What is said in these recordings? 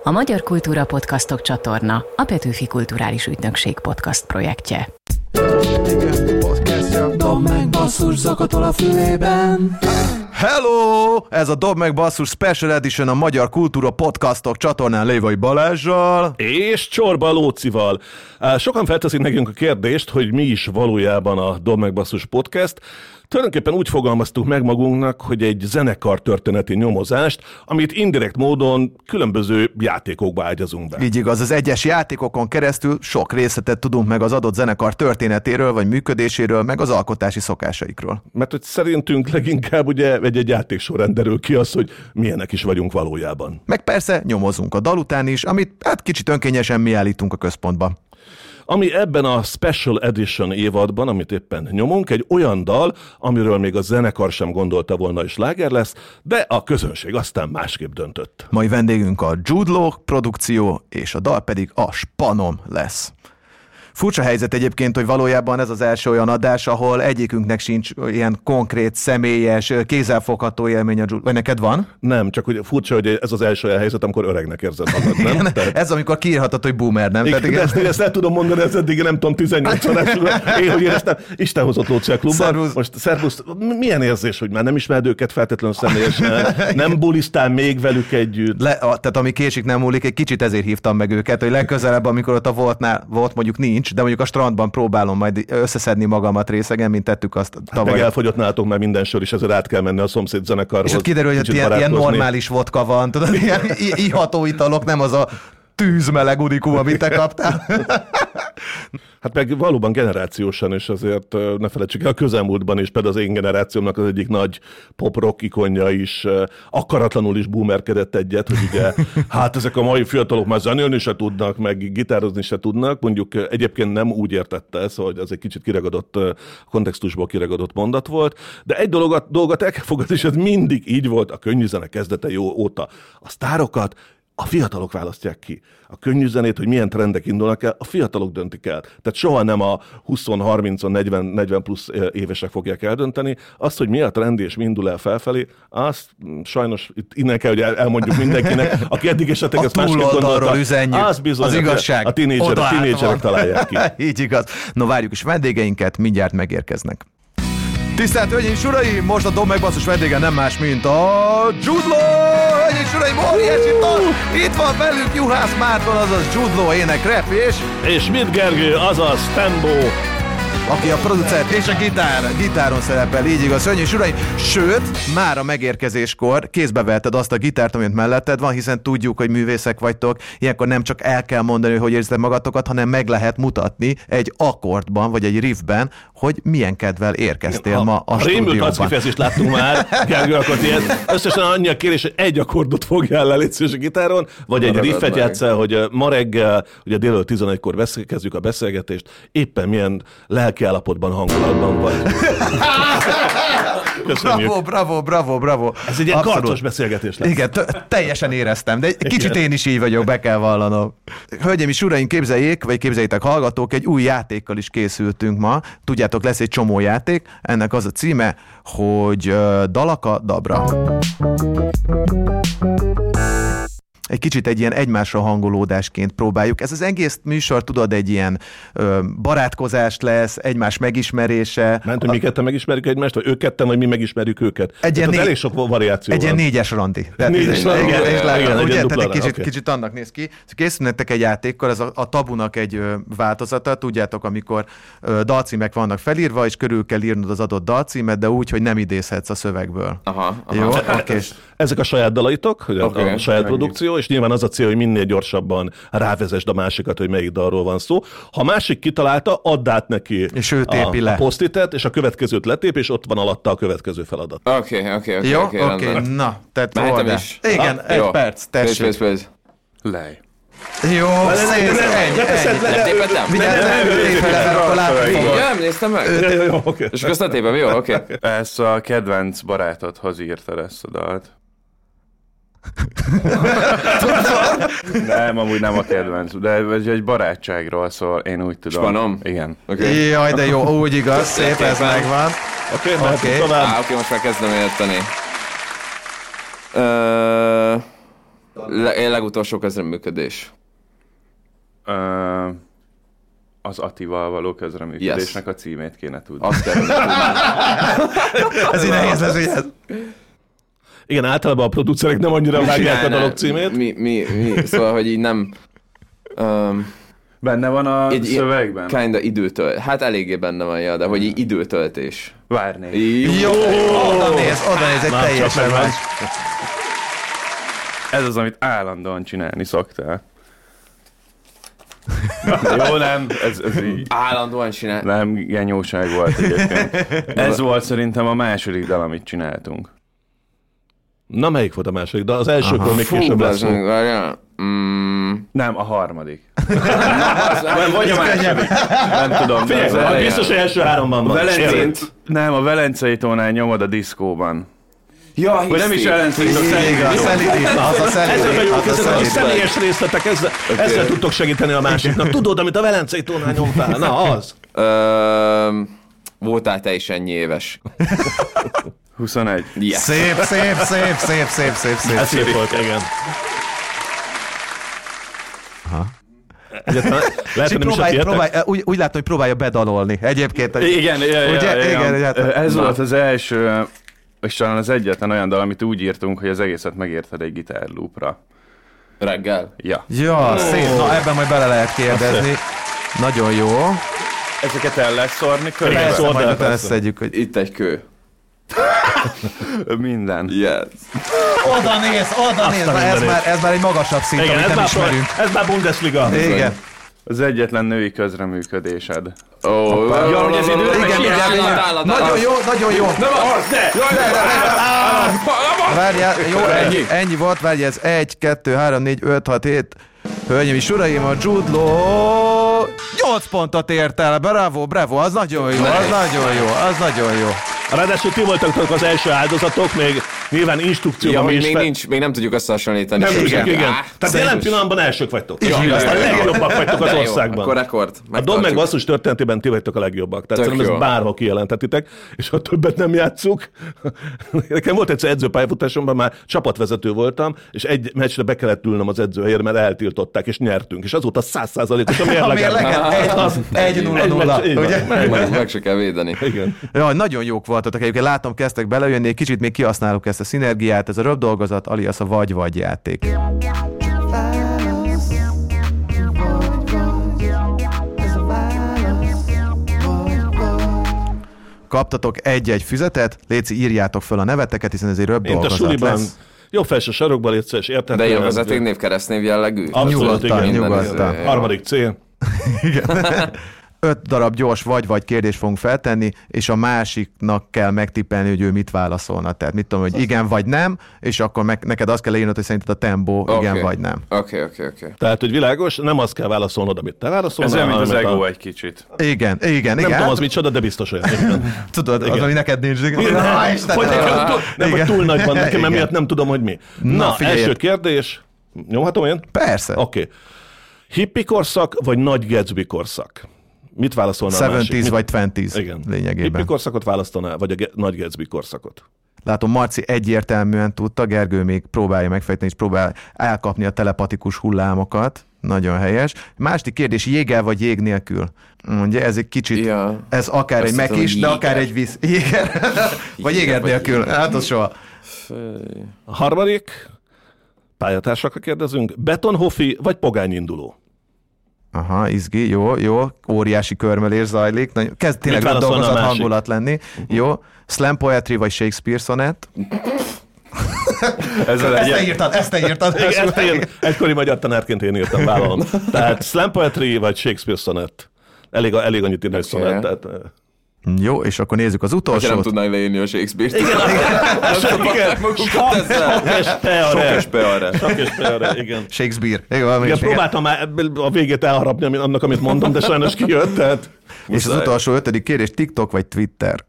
A Magyar Kultúra Podcastok csatorna a Petőfi Kulturális Ügynökség podcast projektje. Dob meg basszus, zakatol a fülében. Hello! Ez a Dob meg basszus Special Edition a Magyar Kultúra Podcastok csatornán Lévai Balázssal és Csorba Lócival. Sokan felteszik nekünk a kérdést, hogy mi is valójában a Dob meg basszus podcast. Tulajdonképpen úgy fogalmaztuk meg magunknak, hogy egy zenekar történeti nyomozást, amit indirekt módon különböző játékokba ágyazunk be. Így igaz, az egyes játékokon keresztül sok részletet tudunk meg az adott zenekar történetéről, vagy működéséről, meg az alkotási szokásaikról. Mert hogy szerintünk leginkább ugye egy játéksorrend derül ki az, hogy milyenek is vagyunk valójában. Meg persze nyomozunk a dal után is, amit kicsit önkényesen mi állítunk a központba. Ami ebben a Special Edition évadban, amit éppen nyomunk, egy olyan dal, amiről még a zenekar sem gondolta volna, hogy sláger lesz, de a közönség aztán másképp döntött. Mai vendégünk a Jude Law produkció, és a dal pedig a Spanom lesz. Furcsa helyzet egyébként, hogy valójában ez az első olyan adás, ahol egyikünknek sincs ilyen konkrét, személyes, kézzelfogható élmény a Jude. Vagy neked van? Nem, csak hogy furcsa, hogy ez az első olyan helyzet, amikor öregnek érzed magad, nem? Igen, ez amikor kiírhatod, hogy boomer, nem? Igen, tehát ezt el tudom mondani, ez eddig nem tudom, 18-an én, hogy éreztem, Isten hozott Lóci a klubban. Szervusz. Most szervusz, milyen érzés, hogy már nem ismered őket feltétlenül személyesen, nem bulisztál még velük együtt? Tehát ami késik, nem múlik, egy kicsit ezért hívtam meg őket, hogy legközelebb, amikor ott a volt mondjuk nincs, de mondjuk a strandban próbálom majd összeszedni magamat részegen, mint tettük azt tavaly. Meg elfogyott nálatok már minden sor, és ezért át kell menni a szomszéd zenekarhoz. És ott kiderül, hogy ilyen normális vodka van, tudod, ilyen iható italok, nem az a tűzmeleg unikum, amit te kaptál. Hát meg valóban generációsan, és azért ne felejtsük el, a közelmúltban is például az én generációmnak az egyik nagy pop-rock ikonja is akaratlanul is boomerkedett egyet, hogy ugye hát ezek a mai fiatalok már zenélni se tudnak, meg gitározni se tudnak, mondjuk egyébként nem úgy értette ezt, hogy az egy kicsit kiragadott, kontextusból kiragadott mondat volt, de egy dolgot el kell fogadni, és ez mindig így volt a könnyű zene kezdete óta. A sztárokat a fiatalok választják ki. A könnyű zenét, hogy milyen trendek indulnak el, a fiatalok döntik el. Tehát soha nem a 20-30-40 40 plusz évesek fogják eldönteni. Azt, hogy mi a trend és mi indul el felfelé, azt sajnos innen kell, hogy elmondjuk mindenkinek, aki eddig esetleg ezt másképp gondolta. Az bizony, az igazság. A tínédzserek találják ki. Így igaz. No, várjuk is vendégeinket, mindjárt megérkeznek. Tisztelt Hölgyeim és Uraim, most a Dob meg basszus vendége nem más, mint a Jude Law! Hölgyeim és Uraim, óriási itt van velünk Juhász Márton, azaz Jude Law ének rap és Schmidt Gergő, azaz Tembo, aki a producer és a gitáron szerepel, így igaz, Hölgyeim és Uraim. Sőt, már a megérkezéskor kézbe vetted azt a gitárt, amit melletted van, hiszen tudjuk, hogy művészek vagytok. Ilyenkor nem csak el kell mondani, hogy érzitek magatokat, hanem meg lehet mutatni egy akkordban, vagy egy riffben, hogy milyen kedvel érkeztél ma a stúdióban. Rémült arckifejezést láttunk már, Gergő, akkor ilyen összesen annyi a kérés, hogy egy akkordot fogjál le, légy szíves a gitáron, vagy egy riffet játsszál, hogy ma reggel, ugye délelőtt 11-kor kezdjük a beszélgetést, éppen milyen lelki állapotban, hangulatban vagy. Köszönjük. Bravo. Ez egy ilyen karcos beszélgetés lesz. Igen, teljesen éreztem, de egy kicsit én is így vagyok, be kell vallanom. Hölgyeim és uraim, képzeljétek hallgatók, egy új játékkal is készültünk ma. Tudjátok, lesz egy csomó játék, ennek az a címe, hogy Dalaka Dabra. Egy kicsit egy ilyen egymásra hangolódásként próbáljuk. Ez az egész műsor, tudod, egy ilyen barátkozás lesz, egymás megismerése. Ment, hogy mi ketten megismerjük egymást, vagy ők ketten, vagy mi megismerjük őket. Elég sok variáció egy van. ilyen 4-es randi. Igen, kicsit annak néz ki. Készülnetek egy játékkal, ez a tabunak egy változata. Tudjátok, amikor dalcímek vannak felírva, és körül kell írnod az adott dalcímet, de úgy, hogy nem idézhetsz a szövegből. Aha. Jó? Okay. Ezek a saját dalaitok, a saját produkció, és nyilván az a cél, hogy minél gyorsabban rávezesd a másikat, hogy melyik dalról van szó. Ha a másik kitalálta, add át neki és ő tépi le a posztitet, és a következőt letép, és ott van alatta a következő feladat. Oké. Na, tehát mehetem is? Igen, egy perc, tessék. Please. Lej. Jó, szép, nem néztem meg. És akkor azt tépem, jó, oké. Ezt a kedvenc barátodhoz írtad ezt a dalt. Nem, amúgy nem a kedvenc, de ez egy barátságról szól, én úgy tudom. Spanom? Igen. Okay. Jaj, de jó, úgy igaz, szép, ez megvan. Oké, most már kezdem érteni. Legutolsó közreműködés. Az Attival való közreműködésnek a címét kéne tudni. Azt kell tudni. Ez így nehéz lesz, ugye? Igen, általában a producerek nem annyira vágják a dolog címét. Mi? Szóval, hogy így nem... Benne van a szövegben? Kinda időtölt. Hát eléggé benne van, ja, de hogy így időtöltés. Várnék. Jó, oda néz, egy teljesen más. Ez az, amit állandóan csinálni szoktál. Jó, nem, ez így... Állandóan csinál. Nem, genyóság volt egyébként. Ez volt szerintem a második dal, amit csináltunk. Na, melyik volt a második? De az elsőkor még később lesz. Nem, a harmadik. Vagy a második. Nem tudom. Figyelj, biztos, hogy első háromban van. Nem, a Velencei tónál nyomod a diszkóban. Ja, vagy nem is Velencei, a Ezek a személyes részletek, ezzel tudtok segíteni a másiknak. Tudod, amit a Velencei tónál nyomtál? Na, az. Voltál te is ennyi éves. 21. Yes. Szép. Ez szép volt, igen. Aha. Úgy látom, hogy próbálja bedalolni. Egyébként. Igen. Ez volt az első, és talán az egyetlen olyan dal, amit úgy írtunk, hogy az egészet megérted egy gitárloopra. Reggel? Ja. Ja, szép. Na, ebben majd bele lehet kérdezni. Nagyon jó. Ezeket el lehet szórni körül. Persze, majd utána szedjük, hogy... Itt egy kő. Minden. Yes. Oda néz. Ez már egy magasabb szint, igen, amit nem ismerünk. Ez már Bundesliga. Igen. Az egyetlen női közreműködésed. Igen. Nagyon jó. Nem az, de! Várjál, jó, ennyi volt, várjál, ez 1, 2, 3, 4, 5, 6, 7. Hölgyeim és uraim, a Jude Law 8 pontot ért el. Bravo, az nagyon jó. Ráadásul ti voltatok az első áldozatok, még nyilván instrukcióban még nem tudjuk összehasonlítani. Nem tudjuk, igen. Tehát jelen pillanatban elsők vagytok. És a legjobbak vagytok az országban. Akkor rekord. A Dob meg Basszus történetében ti vagytok a legjobbak. Tehát szerintem ezt bárhol kijelentetitek, és ha többet nem játsszuk. Nekem volt egyszer edzőpályafutásomban, már csapatvezető voltam, és egy meccsre be kellett ülnöm az edzőhelyére, mert eltiltották, és nyertünk. És azóta 100%-os a mérlegem. 1-0-0. Meg se kell védeni. Ja, nagyon jók voltatok egyébként, látom, kezdtek belejönni, egy kicsit még kihasználjuk ezt a szinergiát, ez a röpdolgozat, alias a vagy-vagy játék. Kaptatok egy-egy füzetet, léci, írjátok föl a neveteket, hiszen ez egy röpdolgozat lesz. Jó felső sarokba létsz, és érted? De ilyen vezetéknév, keresztnév jellegű? Nyugodtan. Harmadik cél. Igen. 5 darab gyors vagy-vagy kérdést fogunk feltenni, és a másiknak kell megtippelni, hogy ő mit válaszolna. Tehát mit tudom, hogy igen vagy nem, és akkor neked azt kell leírnod, hogy szerinted a tempo igen vagy nem. Oké. Tehát, hogy világos, nem azt kell válaszolnod, amit te válaszolnál. Ez olyan, mint az ego egy kicsit. Igen. Nem tudom, az micsoda, de biztos olyan. Tudod, az, ami neked nincs. Nem, vagy túl nagy van nekem, emiatt nem tudom, hogy mi. Na, első kérdés. Nyomhatom én? Persze. Oké. Hippie korszak, vagy nagy Gatsby korszak? Mit válaszolnál a másik? 70s vagy 20s igen. Lényegében. Hippie korszakot választanál, vagy a nagy Gatsby korszakot? Látom, Marci egyértelműen tudta, Gergő még próbálja megfejteni, és próbál elkapni a telepatikus hullámokat. Nagyon helyes. Második kérdés, jéggel vagy jég nélkül? Ugye ez egy kicsit, ez akár egy meg is, de akár egy víz. Jéger. Vagy jéger nélkül. Hát az soha. A harmadik, pályatársakra kérdezünk, betonhofi vagy pogányinduló? Aha, izgi, jó, óriási körmölés zajlik. Kezd tényleg a dolgozat hangulat lenni. Jó, slam poetry vagy Shakespeare sonnet? Ezt te írtad. Ezt én egykori magyar tanárként én írtam, vállalom. Tehát slam poetry vagy Shakespeare sonnet? Elég annyit írni, hogy sonnet. Tehát... Jó, és akkor nézzük az utolsót. Nem tudnánk leírni a Shakespeare-t. Sok és peare, igen. Shakespeare. Igen, próbáltam már a végét elharapni annak, amit mondom, de sajnos kijött, tehát... És az utolsó 5. kérdés, TikTok vagy Twitter?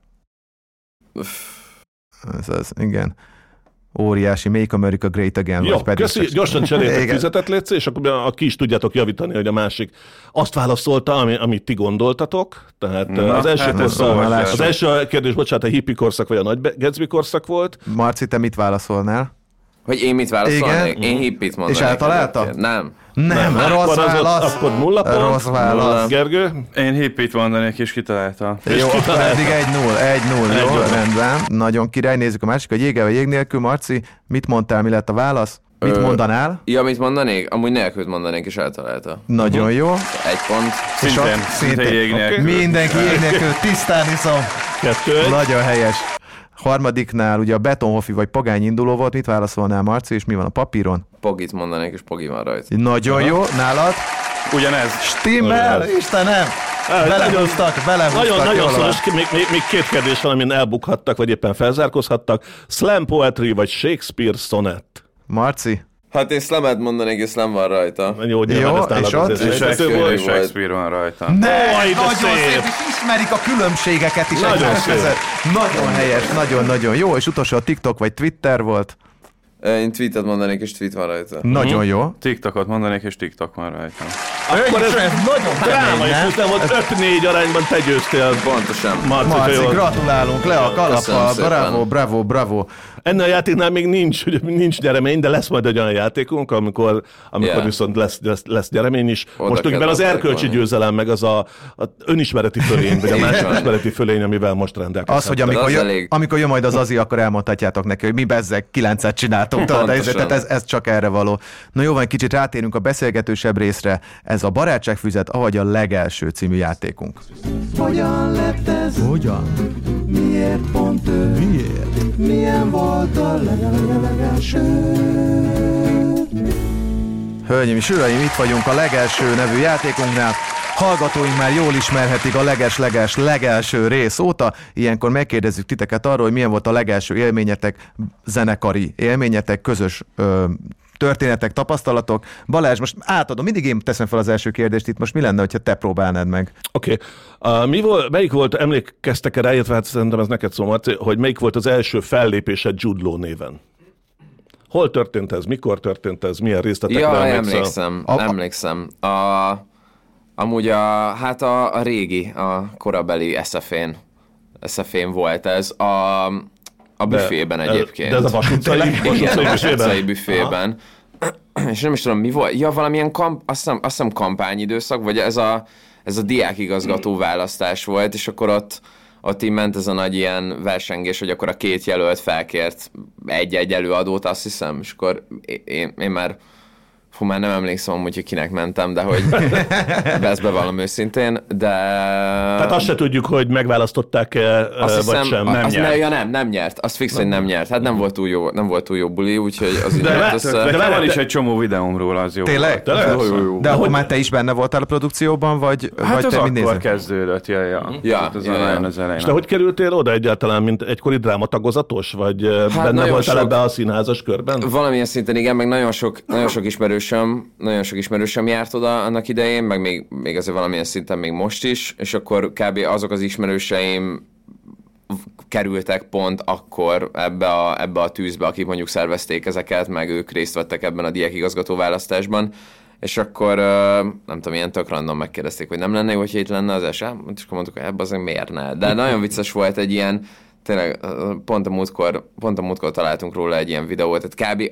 Ez igen. Óriási, Make America Great Again. Jó, vagy pedig köszi, gyorsan cseréltek füzetet, létsz, és akkor ki is tudjátok javítani, hogy a másik azt válaszolta, amit ti gondoltatok. Tehát az első kérdés, bocsánat, a hippie korszak vagy a nagy Gatsby korszak volt. Marci, te mit válaszolnál? Hogy én mit válaszolnék? Igen. Én hippit mondanék. És eltalálta? Nem. Nem, rossz válasz. Akkor 0 pont. Rossz válasz. Gergő? Én hippit mondanék, és kitalálta. Jó, eddig 1-0. Jó, rendben. Nagyon király. Nézzük a másik, a jéggel vagy jég nélkül. Marci, mit mondtál, mi lett a válasz? Mit mondanál? Ja, mit mondanék? Amúgy nélkült mondanék, és eltalálta. Nagyon jó. 1 pont. Szintén jég nélkül. Mindenki jég nélkül, tisztán iszom. 2. Nagyon helyes. Harmadiknál ugye a Betonhoffi vagy Pogány induló volt. Mit válaszolnál, Marci, és mi van a papíron? Pogit mondanék, és Pogi van rajta. Nagyon jó. Nálad? Ugyanez. Stimmel, Istenem! Belehúztak. Nagyon szoros, még 2 kérdés van, amin elbukhattak, vagy éppen felzárkozhattak. Slam poetry, vagy Shakespeare sonnet? Marci? Hát én Slamet mondanék, és Slam van rajta. Jó, és ott? Shakespeare van rajta. Nagyon szép, és ismerik a különbségeket is egymás között. Nagyon helyes, nagyon jó. És utolsó a TikTok vagy Twitter volt? Én tweetet mondanék, és tweet van rajta. Nagyon jó. TikTokot mondanék, és TikTok van rajta. Akkor ez nagyon dráma, és utána volt 5-4 arányban te győztél. Pontosan. Marci, gratulálunk, le a kalappal, bravo. Ennél a játéknál még nincs nyeremény, de lesz majd egy olyan játékunk, amikor viszont lesz nyeremény is. Most ugye az erkölcsi győzelem, meg az a önismereti fölény, vagy a másismereti fölény, amivel most rendelkezünk. Az, hogy amikor jön majd az Azi, akkor elmondhatjátok neki, hogy mi bezzeg 9-et csináltunk, tehát ez csak erre való. Na jó, van, kicsit rátérünk a beszélgetősebb részre. Ez a Barátságfüzet, ahogy a legelső című játékunk. Hogyan lett ez? Hogyan? Miért pont ő? Miért? Milyen volt a legelső? Hölgyeim és uraim, itt vagyunk a legelső nevű játékunknál. Hallgatóink már jól ismerhetik a legelső rész óta. Ilyenkor megkérdezzük titeket arról, hogy milyen volt a legelső élményetek, zenekari élményetek, közös történetek, tapasztalatok. Balázs, most átadom, mindig én teszem fel az első kérdést itt, most mi lenne, hogyha te próbálnád meg? Oké. Melyik volt, emlékeztek-e rá, illetve hát szerintem ez neked szó, Marci, hogy melyik volt az első fellépésed Jude Law néven? Hol történt ez? Mikor történt ez? Milyen részletekre emlékszem. Amúgy a régi, a korabeli SF-én volt ez. A büfében egyébként. De ez a Vasutcai büfében. És nem is tudom, mi volt. Ja, valamilyen azt hiszem kampányidőszak, vagy ez a diákigazgató választás volt, és akkor ott így ment ez a nagy ilyen versengés, hogy akkor a 2 jelölt felkért egy előadót, azt hiszem, és akkor én már már nem emlékszem amúgy, hogy kinek mentem, de hogy ezt bevallom őszintén, de... Tehát azt se tudjuk, hogy megválasztották-e, vagy sem. Nem nyert. Az fix, hogy nem nyert. Hát nem volt túl jó buli, úgyhogy az de van is egy csomó videóm róla, az jó. Tényleg? De akkor már te is benne voltál a produkcióban, vagy hát vagy te mind nézed? Hát az akkor kezdődött, az elején. És te hogy kerültél oda egyáltalán, mint egykori drámatagozatos, vagy benne voltál ebbe a színházas körben? Valamilyen szinten igen, meg nagyon sok ismerősöm járt oda annak idején, meg még azért valamilyen szinten még most is, és akkor kb. Azok az ismerőseim kerültek pont akkor ebbe a tűzbe, akik mondjuk szervezték ezeket, meg ők részt vettek ebben a diákigazgató választásban, és akkor nem tudom, ilyen tök random megkérdezték, hogy nem lenne jó, hogyha itt lenne az és akkor mondtuk, hogy ebben azért miért ne? De nagyon vicces volt egy ilyen, tényleg pont a múltkor találtunk róla egy ilyen videót, tehát kb.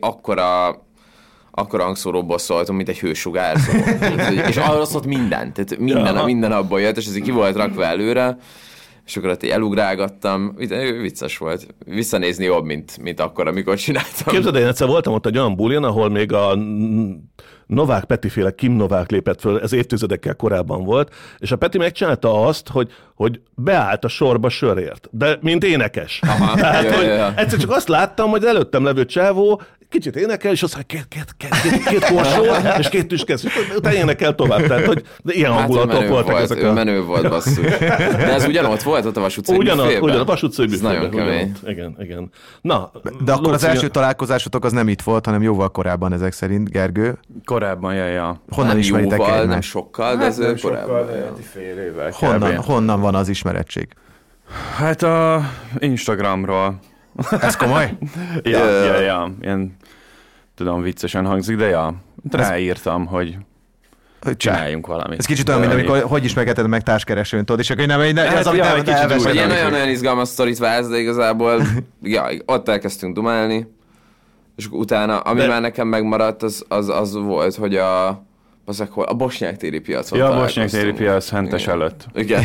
Akkor hangszóróból szóltunk, mint egy hősugárzó. És arra szólt minden. Tehát minden abból jött, és ez ki volt rakva előre, és akkor ott elugrálgattam. Vicces volt. Visszanézni jobb, mint akkor, amikor csináltam. Képzeld, én egyszer voltam ott egy olyan bulin, ahol még a Novák Peti-féle Kim Novák lépett föl, ez évtizedekkel korábban volt, és a Peti megcsinálta azt, hogy beállt a sorba sörért, de mint énekes. Tehát, egyszer csak azt láttam, hogy előttem levő csávó kicsit énekel, és azt mondja, két korsó, és 2 tüskesz, utána énekel tovább. Tehát, hogy ilyen hangulatok voltak ezek a... menő volt, basszus. De ez ugyanott volt ott a Vas utcai büfében? Ugyan, a Vas utcai büfében. Nagyon kemény. Igen. Na, de akkor az első találkozásotok az nem itt volt, hanem jóval korábban ezek szerint, Gergő. Korábban, ja. Honnan ismeritek egymást? Nem sokkal, de ez korábban. Fél évvel. Honnan van az ismerettség? Hát a Instagramról. Ez komoly? Ja. Ilyen, tudom, viccesen hangzik, de ja. Ráírtam, hogy csináljunk valamit. Ez kicsit olyan, mint amikor hogy ismerkedted meg társkeresőn, tudod, és akkor nem az, amit elveszed. Ilyen nagyon izgalmas sztorit válsz, de igazából ott elkezdtünk dumálni, És utána, ami már nekem megmaradt, az volt, hogy a Bosnyák téri piacon a Bosnyák téri piac hentes előtt. Igen.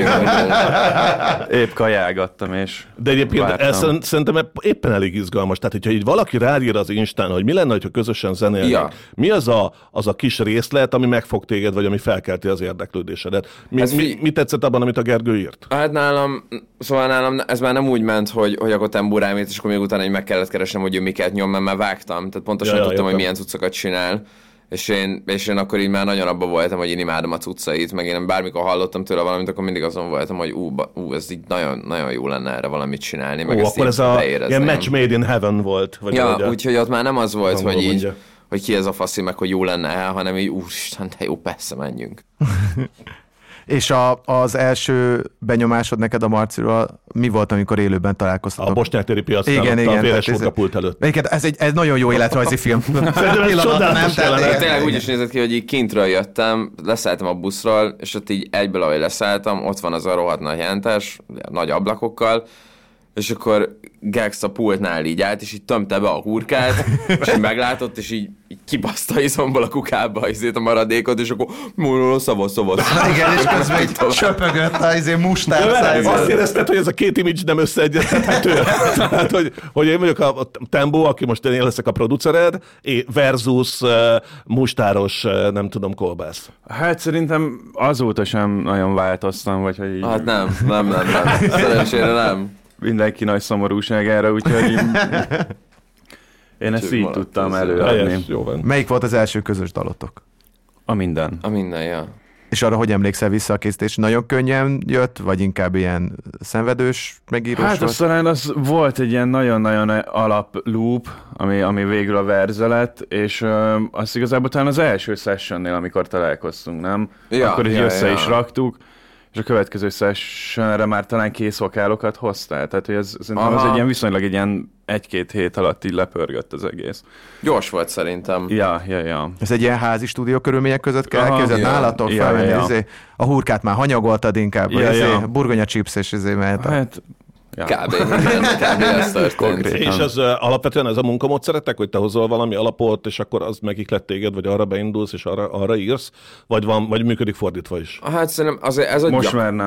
Épp kajálgattam, és de egyébként ez szerintem éppen elég izgalmas. Tehát, hogyha így valaki ráír az Instán, hogy mi lenne, hogyha közösen zenélnek, mi az a kis részlet, ami megfog téged, vagy ami felkelti az érdeklődésedet? Mi tetszett abban, amit a Gergő írt? Hát nálam ez már nem úgy ment, hogy akkor temburám írt, és akkor még utána így meg kellett keresnem, hogy ő miket nyom, mert már vágtam. Tehát pontosan tudtam, hogy milyen cuccokat csinál. És én akkor így már nagyon abban voltam, hogy én imádom a cuccait, meg én bármikor hallottam tőle valamit, akkor mindig azon voltam, hogy ez így nagyon, nagyon jó lenne erre valamit csinálni, meg ezt akkor ez ilyen match made in heaven volt. Vagy úgyhogy ott már nem az volt, hogy így, hogy ki ez a faszi, meg hogy jó lenne el, hanem így úristen, de jó, persze, menjünk. És az első benyomásod neked a Marciról mi volt, amikor élőben találkoztatok? A Bosnyák téri piacnál, a véres munkapult előtt. Ez nagyon jó életrajzi film. Tényleg úgy is nézett ki, hogy így kintről jöttem, leszálltam a buszról, és ott így egyből, ahogy leszálltam, ott van az a rohadt nagy jántás, nagy ablakokkal, és akkor Gex a pultnál így állt, és így tömte be a hurkát, és így meglátott, és így kibaszta izomból a kukába a maradékot, és akkor szavasz. Igen, és közben így csöpögött a mustár. Azt érezted, hogy ez a két image nem összeegyeztethető. Tehát, hogy én vagyok a Tembo, aki most én leszek a producered, versus mustáros, nem tudom, kolbász. Hát szerintem azóta sem nagyon változtam, vagy hogy így... Hát nem. Szerencsére nem. Mindenki nagy szomorúságára, úgyhogy én ezt így tudtam előadni. Melyik volt az első közös dalotok? A minden. A minden, ja. És arra hogy emlékszel vissza a készítés? Nagyon könnyen jött, vagy inkább ilyen szenvedős megírós hát volt? Talán az volt egy ilyen nagyon-nagyon alap loop, ami végül a verze lett, és azt igazából talán az első sessionnél, amikor találkoztunk, nem? Akkor így össze is raktuk, és a következő sessionre már talán kész vokálokat hoztál. Tehát, hogy ez egy ilyen viszonylag egy ilyen 1-2 hét alatt így lepörgött az egész. Gyors volt szerintem. Ja. Ez egy ilyen házi stúdió körülmények között kell elképzelni nálatok felvenni. A hurkát már hanyagoltad inkább, burgonya chips és mehet. Hát, Kb. Ez történt. És az alapvetően ez a munkamódszeretek, hogy te hozol valami alapot, és akkor az megiklet téged, vagy arra beindulsz, és arra írsz, vagy működik fordítva is? Hát szerintem ez a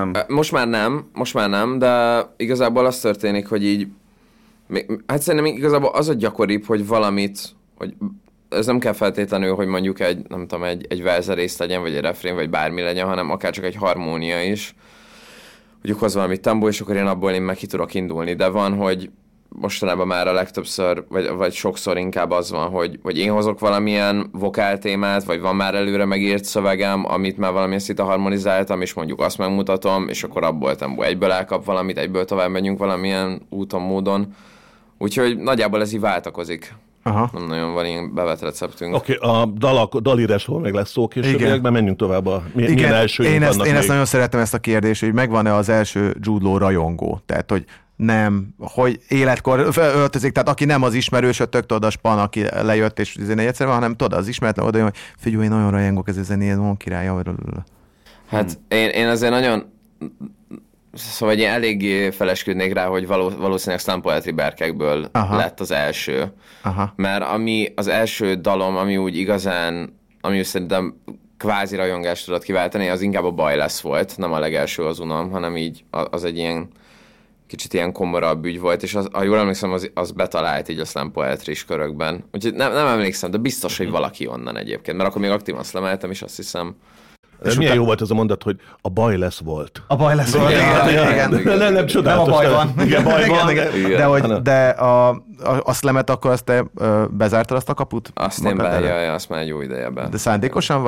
Most már nem, de igazából az történik, hogy így hát szerintem igazából az a gyakoribb, hogy valamit, hogy ez nem kell feltétlenül, hogy mondjuk egy verzerész legyen, vagy egy refrén, vagy bármi legyen, hanem akár csak egy harmónia is. Hogy hoz valami tempo, és akkor én meg ki tudok indulni. De van, hogy mostanában már a legtöbbször, vagy sokszor inkább az van, hogy én hozok valamilyen vokáltémát, vagy van már előre megírt szövegem, amit már valamilyen szinte harmonizáltam, és mondjuk azt megmutatom, és akkor abból tempo egyből elkap valamit, egyből tovább megyünk valamilyen úton, módon. Úgyhogy nagyjából ez így váltakozik. Aha. Nem nagyon van ilyen bevett receptünk. Oké, a dalírásról meg lesz szó későbbiekben, menjünk tovább milyen elsőink vannak én ezt nagyon szeretem ezt a kérdést, hogy megvan-e az első Jude Law rajongó. Tehát, hogy nem, hogy életkor öltözik, tehát aki nem az ismerős, tök tudod a span, aki lejött, és egyszerűen, hanem tudod, az ismeretlen oda, hogy figyelj, én nagyon rajongok ez a zenéhez, van királya. Hát én azért nagyon... Szóval én eléggé felesküdnék rá, hogy valószínűleg Slam Poetry berkekből lett az első. Aha. Mert ami az első dalom, ami úgy igazán, ami szerintem kvázi rajongást tudott kiváltani, az inkább a Baj lesz volt, nem a legelső az Unom, hanem így az egy ilyen kicsit ilyen komorabb ügy volt, és ha jól emlékszem, az betalált így a Slam Poetry-s körökben. Úgyhogy nem emlékszem, de biztos, hogy valaki onnan egyébként, mert akkor még aktívan szlemeltem, és azt hiszem... És milyen jó volt az a mondat, hogy a baj lesz volt. A baj lesz volt, igen. Nem csodálatos. Nem a baj van. Igen, baj van. De a szlemet akkor azt te bezártad azt a kaput? Azt én azt már egy jó idejeben. De szándékosan,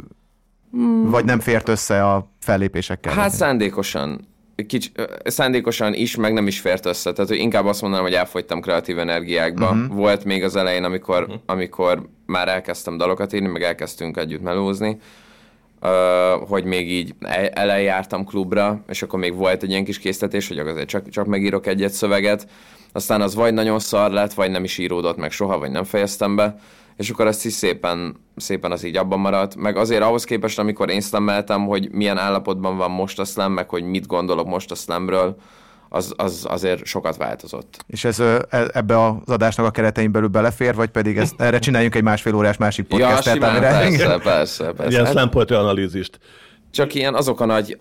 vagy nem fért össze a fellépésekkel? Hát szándékosan is, meg nem is fért össze. Tehát hogy inkább azt mondanám, hogy elfogytam kreatív energiákba. Volt még az elején, amikor már elkezdtem dalokat írni, meg elkezdtünk együtt melózni, hogy még így elejártam klubra, és akkor még volt egy ilyen kis késztetés, hogy azért csak megírok egy szöveget, aztán az vagy nagyon szar lett, vagy nem is íródott meg soha, vagy nem fejeztem be, és akkor azt is szépen az így abban maradt, meg azért ahhoz képest, amikor én szlammeltem, hogy milyen állapotban van most a slam, meg hogy mit gondolok most a slamről, az azért sokat változott. És ez ebbe az adásnak a keretein belül belefér, vagy pedig erre csináljunk egy másfél órás másik podcastet? Ja, simán, persze. Ilyen slam poetry analízist. Csak ilyen azok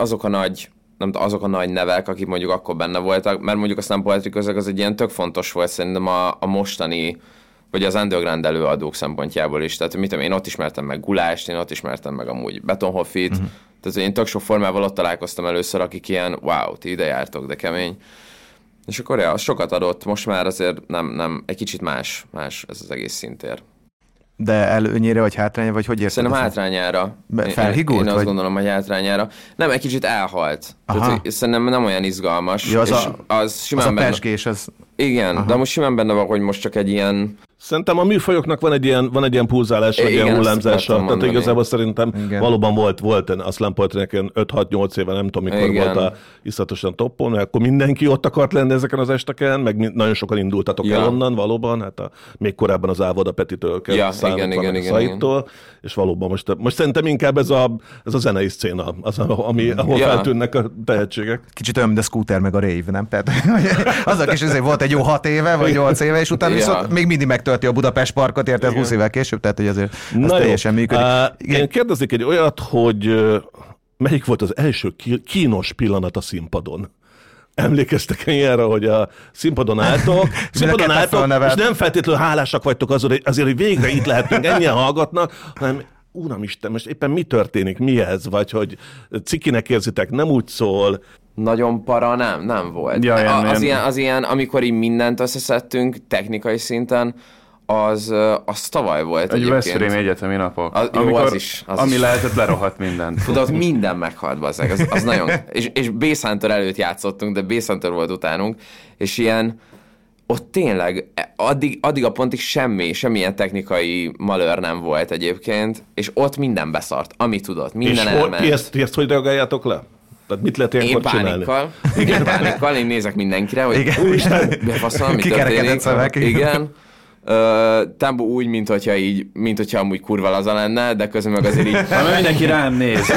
a nagy nevek, akik mondjuk akkor benne voltak, mert mondjuk a slam poetry közeg az egy ilyen tök fontos volt szerintem a mostani, vagy az underground előadók szempontjából is. Tehát mit tudom, én ott ismertem meg Gulást, én ott ismertem meg amúgy Betonhoffit, tehát én tök sok formával ott találkoztam először, akik ilyen, wow, ti ide jártok, de kemény. És akkor az sokat adott, most már azért nem egy kicsit más ez az egész szintér. De előnyére vagy hátránya, vagy hogy érted? Szerintem hátrányára. Felhigult? Én azt gondolom, hogy hátrányára. Nem, egy kicsit elhalt. Tehát, szerintem nem olyan izgalmas. Ja, az simán a pesgés, az... Igen, de most simán benne van, hogy most csak egy ilyen... Szerintem a műfajoknak van egy ilyen pulzálás, vagy ilyen hullámzása. Tehát igazából szerintem valóban volt a slam poetrynek 5-6-8 éve, nem tudom mikor volt a iszatosan toppon, mert akkor mindenki ott akart lenni ezeken az esteken, meg nagyon sokan indultatok el onnan valóban, hát még korábban az Ávoda Petitől kell számítva a Szaittól, és valóban most szerintem inkább ez a zenei szcéna, ahol feltűnnek a tehetségek. Kicsit olyan, mint a Scooter meg a Rave, nem? Tehát azok is volt egy jó 6 éve, vagy 8 éve, és utána viszont még mindig megtölti a Budapest Parkot, érted 20 évvel később, tehát hogy azért az teljesen működik. Én kérdezik egy olyat, hogy melyik volt az első kínos pillanat a színpadon? Emlékeztek ilyenre, hogy a színpadon álltok, és nem feltétlenül hálásak vagytok azért, hogy végre itt lehetünk, ennyien hallgatnak, hanem Uramisten, most éppen mi történik, mi ez? Vagy hogy cikinek érzitek, nem úgy szól. Nagyon para nem volt. Az ilyen, amikor így mindent összeszedtünk technikai szinten, az tavaly volt egy Veszprém egyetemi napok. Ami lehetett, lerohadt mindent. Tudod, minden meghalt, bazzeg. Az nagyon... és Bass Hunter előtt játszottunk, de Bass Hunter volt utánunk, és ilyen ott tényleg addig a pontig semmilyen technikai malőr nem volt egyébként, és ott minden beszart, ami tudott, minden elment. És ti ezt hogy reagáljátok le? Tehát mit lehet ilyenkor csinálni? Én pánikkal, én nézek mindenkire, hogy úristen, mi történik. Igen. Tambo úgy, mint hogyha amúgy kurva laza lenne, de közben meg azért így... Mindenki rám néz.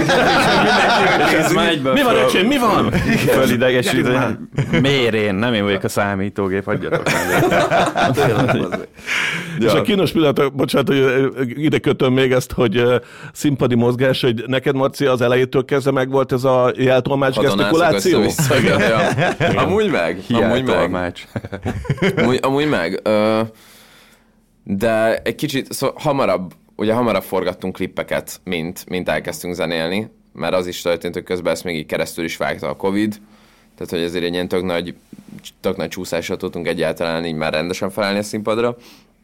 Mi van, öcsém, mi van? Fölidegesít, miért én? Nem én vagyok a számítógép, hagyjatok meg. És a kínos pillanat, bocsánat, hogy ide kötöm még ezt, hogy színpadi mozgás, hogy neked, Marci, az elejétől kezdve meg volt ez a jeltolmács gesztikuláció? Amúgy meg. Amúgy meg. De egy kicsit hamarabb forgattunk klippeket, mint elkezdtünk zenélni, mert az is történt, hogy közben ezt még így keresztül is vágta a Covid, tehát hogy ezért egy ilyen tök nagy csúszásra tudtunk egyáltalán így már rendesen felállni a színpadra,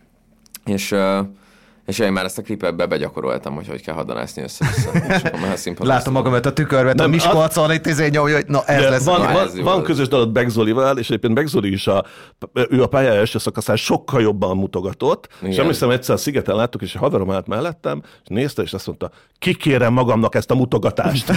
és én már ezt a klipet begyakoroltam, hogy kell hadonászni össze-vissza. Látom magamat a tükörben, a Miskolcon, itt nyomja, hogy na ez lesz. Van közös dalod Beck Zolival, és egyébként Beck Zoli is ő a pálya első szakaszán sokkal jobban mutogatott, és emlékszem, egyszer a Szigeten láttuk, és a haverom állt mellettem, és nézte, és azt mondta, kikérem magamnak ezt a mutogatást.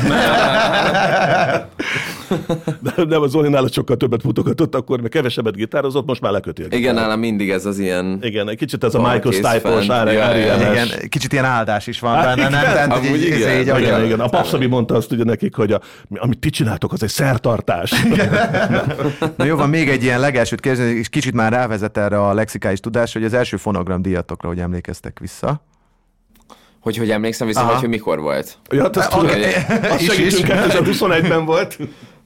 De a Zolinál sokkal többet mutogatott, akkor meg kevesebbet gitározott, most már leköti a gitárt. Igen, nálam mindig ez az ilyen... Igen, egy kicsit ez a Michael Stipe-os, igen, kicsit ilyen áldás is van benne, nem? Igen. A Papszabi mondta azt ugye nekik, hogy amit ti csináltok, az egy szertartás. Na jó, van még egy ilyen legelsőt kérdezni, és kicsit már rávezet erre a lexikális tudás, hogy az első fonogram díjatokra, hogy emlékeztek vissza. Hogy emlékszem vissza, vagy hogy mikor volt? Ja, azt segítünk el, ez a 21-ben volt.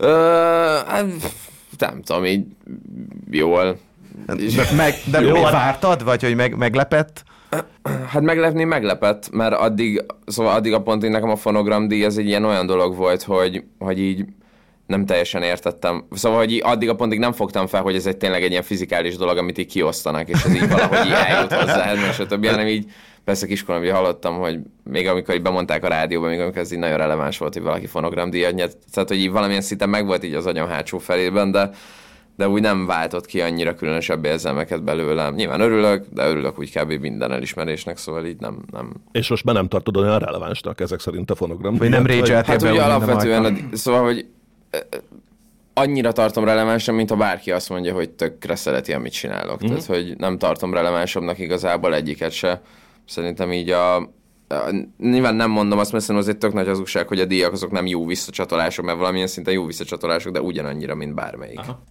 Nem tudom, így jól. De jól vártad, vagy hogy meglepett? Hát meglepett, mert addig a pontig nekem a fonogramdíj ez egy ilyen olyan dolog volt, hogy így nem teljesen értettem. Szóval, hogy addig a pontig nem fogtam fel, hogy ez tényleg egy ilyen fizikális dolog, amit így kiosztanak, és ez így valahogy így eljut hozzá, és a többi, hanem így persze kiskoromban hallottam, hogy még amikor így bemondták a rádióban, még amikor ez így nagyon releváns volt, hogy valaki fonogramdíjat nyert. Tehát, hogy így valamilyen szinten meg volt így az agyam hátsó felében, de úgy nem váltott ki annyira különösebb érzelmeket belőlem. Nyilván örülök, de örülök úgy kb. Minden elismerésnek, szóval így nem. És most már nem tartod olyan relevánsnak ezek szerint a fonogram? Vagy nem rage-eltél hát ugye alapvetően, szóval, hogy annyira tartom relevánsnak, mint ha bárki azt mondja, hogy tökre szereti, amit csinálok. Tehát, hogy nem tartom relevánsabbnak igazából egyiket se. Szerintem így nyilván nem mondom azt, mert szerintem az egy tök nagy hazugság, hogy a díjak azok nem jó visszacsatolások, mert valamilyen szinten jó visszacsatolások, de ugyanannyira, mint bármelyik. Aha.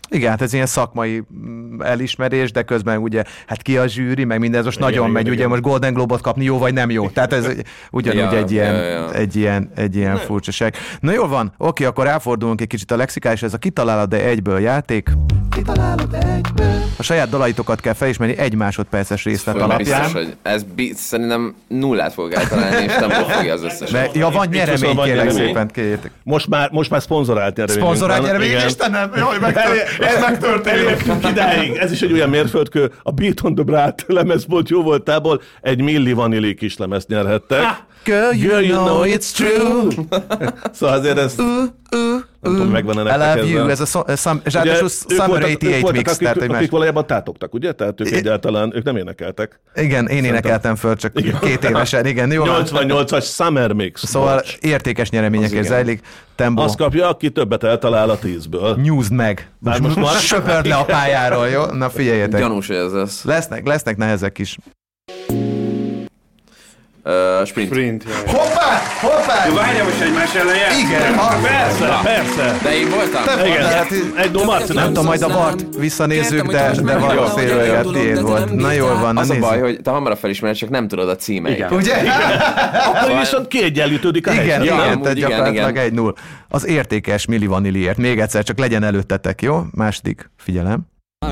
Igen, hát ez ilyen szakmai elismerés, de közben ugye, hát ki a zsűri, meg minden, ez most nagyon megy, ugye most Golden Globe-ot kapni jó vagy nem jó. Tehát ez ugyanúgy egy ilyen furcsaság. Na jól van, oké, akkor ráfordulunk egy kicsit a lexikális, ez a kitalálod egyből játék. Kitalálod egyből. A saját dalaitokat kell felismerni 1 másodperces részlet alapján. Biztos, hogy ez szerintem 0 fog eltalálni, és nem fogja az összes. Ja, van nyeremény, kérlek szépen, kérjétek. Most már szponzorált nyeremény. Szponzorált nyeremény, Istenem, jaj, megtörténik. Idáig. Ez is egy olyan mérföldkő, a Beat on the Brat lemezbolt jó voltából egy Milli Vanilli kis lemezt nyerhettek. Girl, you know it's true. Szóval azért ez... Nem tudom, megvan-e nektek I love you, ez a Summer 88 mix. Akik valójában tátogtak, ugye? Tehát ők egyáltalán, ők nem énekeltek. Igen, én énekeltem föl, csak 2 évesen, igen. 88-as Summer Mix. Szóval értékes nyereményekért zajlik. Tembo. Azt kapja, aki többet eltalál a 10-ből. Nyúzd meg. Most söpörd le a pályáról, jó? Na figyeljetek. Gyanús, hogy ez lesz. Lesznek nehezek is. Sprint. Hoppá! Várjál most egymás ellen jel? Igen, Persze. De én voltam. Egy Marci, nem tudom, majd a Bart visszanézzük, de valószínűleg tiéd volt. Na jól van, na az nézzük. a baj, hogy te hamarabb felismered, csak nem tudod a címeit. Ugye? Akkor viszont kiegyenlítődik a helyzet. Igen, tehát gyakorlatilag 1-0. Az értékes Milli Vanilliért. Még egyszer, csak legyen előttetek, jó? Második, figyelem.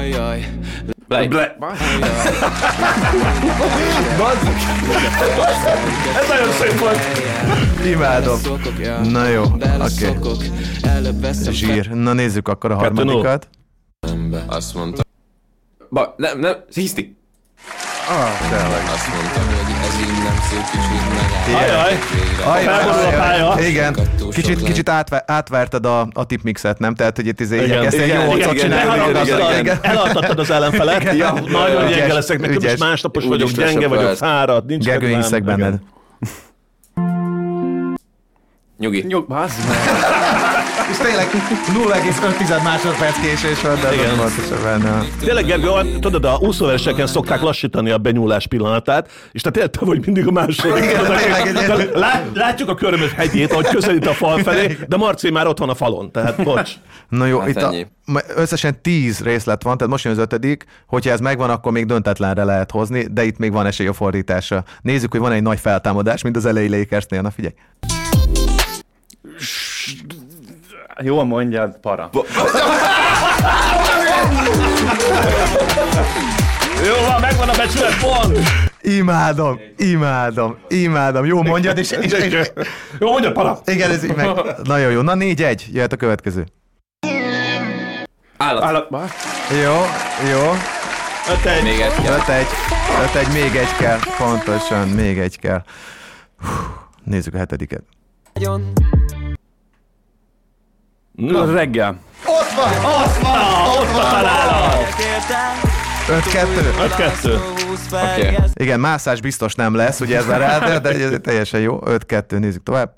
Ez nagyon szép volt. Imádom. Na jó, oké. Zsír. Na nézzük akkor a harmadikat. Azt mondta. Nem, hiszti. Tényleg. Azt mondtam, hogy ez így nem szép kicsit Ajaj. Igen, kicsit átvártad a tipmixet, nem? Tehát, hogy itt igyekeztél jó arcot csinálni. Eladtattad az ellenfelet. Nagyon gyenge leszek, meg is másnapos vagyok, gyenge vagyok, fáradt, nincs Gergő, hiszek benned. Nyugi. És tényleg 0,5 másodperc késés van, de igen. Pontosan benne. Tényleg, Gergő, tudod, a úszóverseken szokták lassítani a benyúlás pillanatát, és te tényleg te vagy mindig a második. Igen, látjuk a Körmös hegyét, ahogy közelít a fal felé, de Marci már ott van a falon, tehát bocs. Na jó, hát itt összesen 10 részlet van, tehát most jön az 5. Hogyha ez megvan, akkor még döntetlenre lehet hozni, de itt még van esély a fordításra. Nézzük, hogy van egy nagy feltámadás, mint az elejé Lakersnél. Na figyelj. Jól mondjad, para. Jó van, megvan a becsület, pont! Imádom. Jó mondjad, és Jó mondjad, para! igen, ez így meg. Nagyon jó. Na 4-1, jöhet a következő. Állat. Jó. 5-1. Még egy kell. 5-1, még egy kell. Pontosan, még egy kell. Nézzük a 7. Reggel. Ott van találat! 5-2. 5-2. Oké. Igen, mászás biztos nem lesz, ugye ez már rád, de ez teljesen jó. 5-2, nézzük tovább.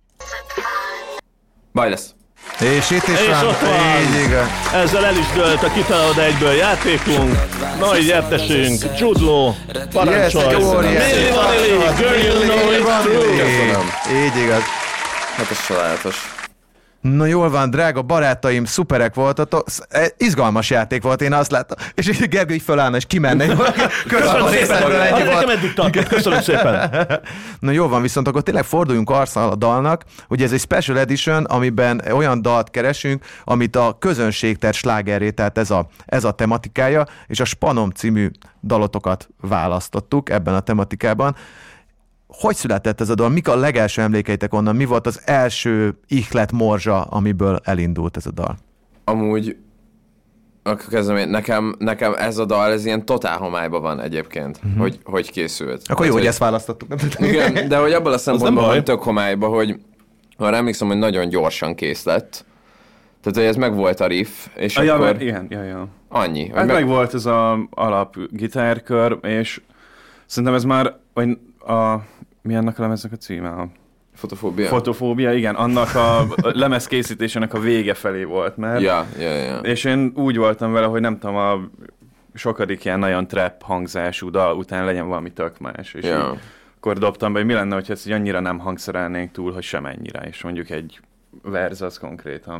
Baj lesz. És itt is És van. ott van. Így igaz. Ezzel el is dőlt a kitalálod egyből játékunk. Nagy gyertesünk, Jude Law, parancsolj! Milli Vanilli, girl you know it's true! Így igaz. Hát ez sajátos. Na jól van, drága barátaim, szuperek voltatok. Izgalmas játék volt, én azt láttam. És Gergő így fölállna, és kimenne. Köszönöm szépen! Nekem eddig tartott, köszönöm szépen! Na jól van, viszont akkor tényleg forduljunk arccal a dalnak. Ugye ez egy special edition, amiben olyan dalt keresünk, amit a közönség tett slágerré, tehát ez a tematikája, és a Spanom című dalotokat választottuk ebben a tematikában. Hogy született ez a dal? Mik a legelső emlékeitek onnan? Mi volt az első ihlet morzsa, amiből elindult ez a dal? Amúgy akkor kezdem, nekem ez a dal, ez ilyen totál homályban van egyébként, hogy készült. Akkor jó, hogy ezt választottuk. Igen, de hogy abban a szempontból baj. van tök homályban, hogy arra emlékszem, hogy nagyon gyorsan kész lett. Tehát, hogy ez meg volt a riff, és akkor... Igen. Annyi. Hát meg volt ez az alap gitárkör, és szerintem ez már, vagy mi annak a lemeznek a címe? A Fotofóbia? Fotofóbia, igen. Annak a lemez készítésének a vége felé volt, mert... Ja. És én úgy voltam vele, hogy nem tudom, a sokadik ilyen nagyon trap hangzású dal után legyen valami tök más. És akkor dobtam be, hogy mi lenne, hogyha ezt így annyira nem hangszerelnénk túl, hogy semennyire. És mondjuk egy verz az konkrétan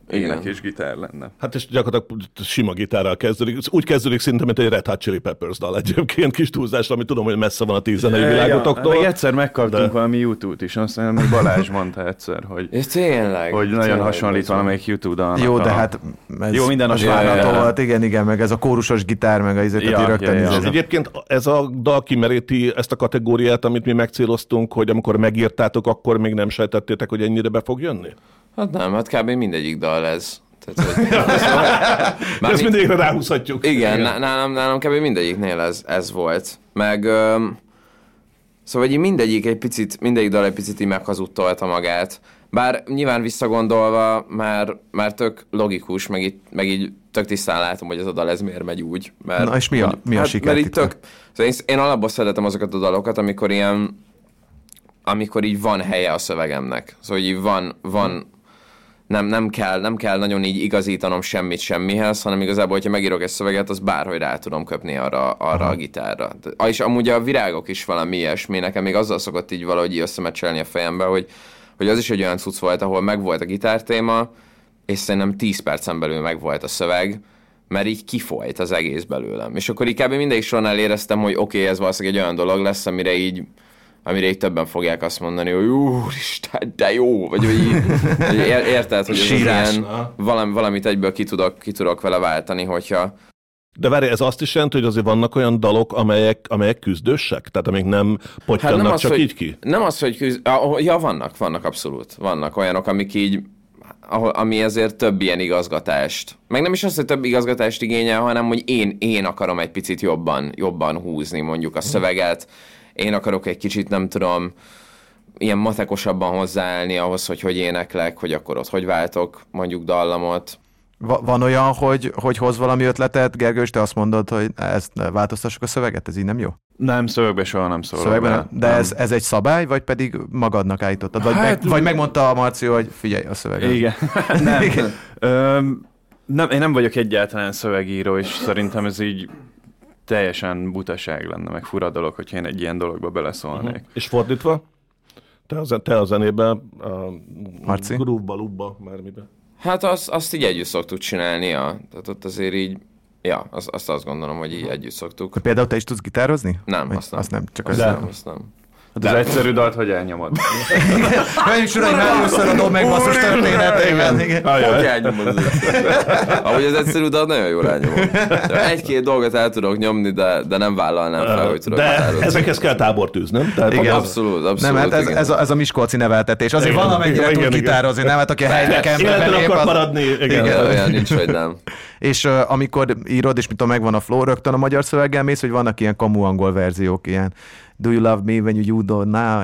énekes gitár lenne. Hát és gyakorlatilag sima gitárral kezdődik. Úgy kezdődik szinte, mint egy Red Hot Chili Peppers dal egyébként, kis túlzásra, ami tudom, hogy messze van a 10 zenei világotoktól. Még egyszer megkaptunk valami YouTube-t is, aztán még Balázs mondta egyszer, hogy, tényleg, hogy nagyon hasonlít valamelyik YouTube dalnak. Jó, de hát jó, minden az várható volt, igen, meg ez a kórusos gitár, meg a izéket rögtön. És egyébként ez a dal kimeríti ezt a kategóriát, amit mi megcéloztunk, hogy amikor megírtátok, akkor még nem sejtettétek, hogy ennyire be fog jönni? Hát nem, hát kb. Mindegyik dal ez. Tehát, hogy ezt mindegyikre ráhúzhatjuk. Igen. Nálam kb. Mindegyiknél ez volt. Meg szóval így mindegyik dal egy picit így meghazudtolta magát. Bár nyilván visszagondolva már tök logikus, meg így tök tisztán látom, hogy ez a dal ez miért megy úgy. Mert, na és mi a siker? Mert szóval én alapból szeretem azokat a dalokat, amikor így van helye a szövegemnek. Szóval így van nem kell nagyon így igazítanom semmit semmihez, hanem igazából, hogyha megírok egy szöveget, az bárhogy rá tudom köpni arra a gitárra. És amúgy a Virágok is valami ilyesmi, nekem még azzal szokott így valahogy összemecselni a fejembe, hogy az is egy olyan cucc volt, ahol megvolt a gitártéma, és szerintem 10 percen belül megvolt a szöveg, mert így kifolyt az egész belőlem. És akkor így kb. Mindegyik sornál éreztem, hogy oké, ez valószínűleg egy olyan dolog lesz, amire így többen fogják azt mondani, hogy úristen, de jó, vagy hogy így, érted, hogy ez ilyen valamit egyből ki tudok vele váltani, hogyha... De várj, ez azt is jelenti, hogy azért vannak olyan dalok, amelyek küzdősek? Tehát amik nem pottyannak hát csak így ki? Nem az, hogy vannak abszolút. Vannak olyanok, amik így, ami ezért több ilyen igazgatást. Meg nem is az, hogy több igazgatást igényel, hanem hogy én akarom egy picit jobban húzni mondjuk a szöveget. Én akarok egy kicsit, nem tudom, ilyen matekosabban hozzáállni ahhoz, hogy éneklek, hogy akkor ott hogy váltok mondjuk dallamot. Van olyan, hogy hoz valami ötletet, Gergő, és te azt mondod, hogy ezt változtassuk a szöveget, ez így nem jó? Nem, szövegben soha nem szólok be. De ez egy szabály, vagy pedig magadnak állítottad? Vagy megmondta a Marci, hogy figyelj a szöveget. Igen. Nem. Én nem vagyok egyáltalán szövegíró, és szerintem ez így teljesen butaság lenne, meg fura dolog, hogyha én egy ilyen dologba beleszólnék. És fordítva? Te a zenében, a Marci? groove-ba, lubba, mármiben. Hát azt így együtt szoktuk csinálni, tehát ott azért így, azt gondolom, hogy így együtt szoktuk. Például te is tudsz gitározni? Nem, azt nem. Csak azt nem. Hát az egyszerű dalt, hogy elnyomod. Hölgyeim és uraim, először meg basszus történet. Igen. Hogy elnyomod? Ahogy az egyszerű dalt nagyon jól elnyomod. Egy-két dolgot el tudok nyomni, de nem vállalnám fel, hogy tudok határozni. De ezekhez kell tábortűz, nem? Tehát igen. Abszolút. Nem, hát ez a miskolci neveltetés. Azért valamennyire tud gitározni, nem? Hát aki a helyeken belép, akar maradni. Igen, olyan nincs, hogy nem. És amikor írod, és mit megvan a flow, rögtön a magyar szöveggel mész, hogy vannak ilyen kamu angol verziók, ilyen Do you love me when you don't now?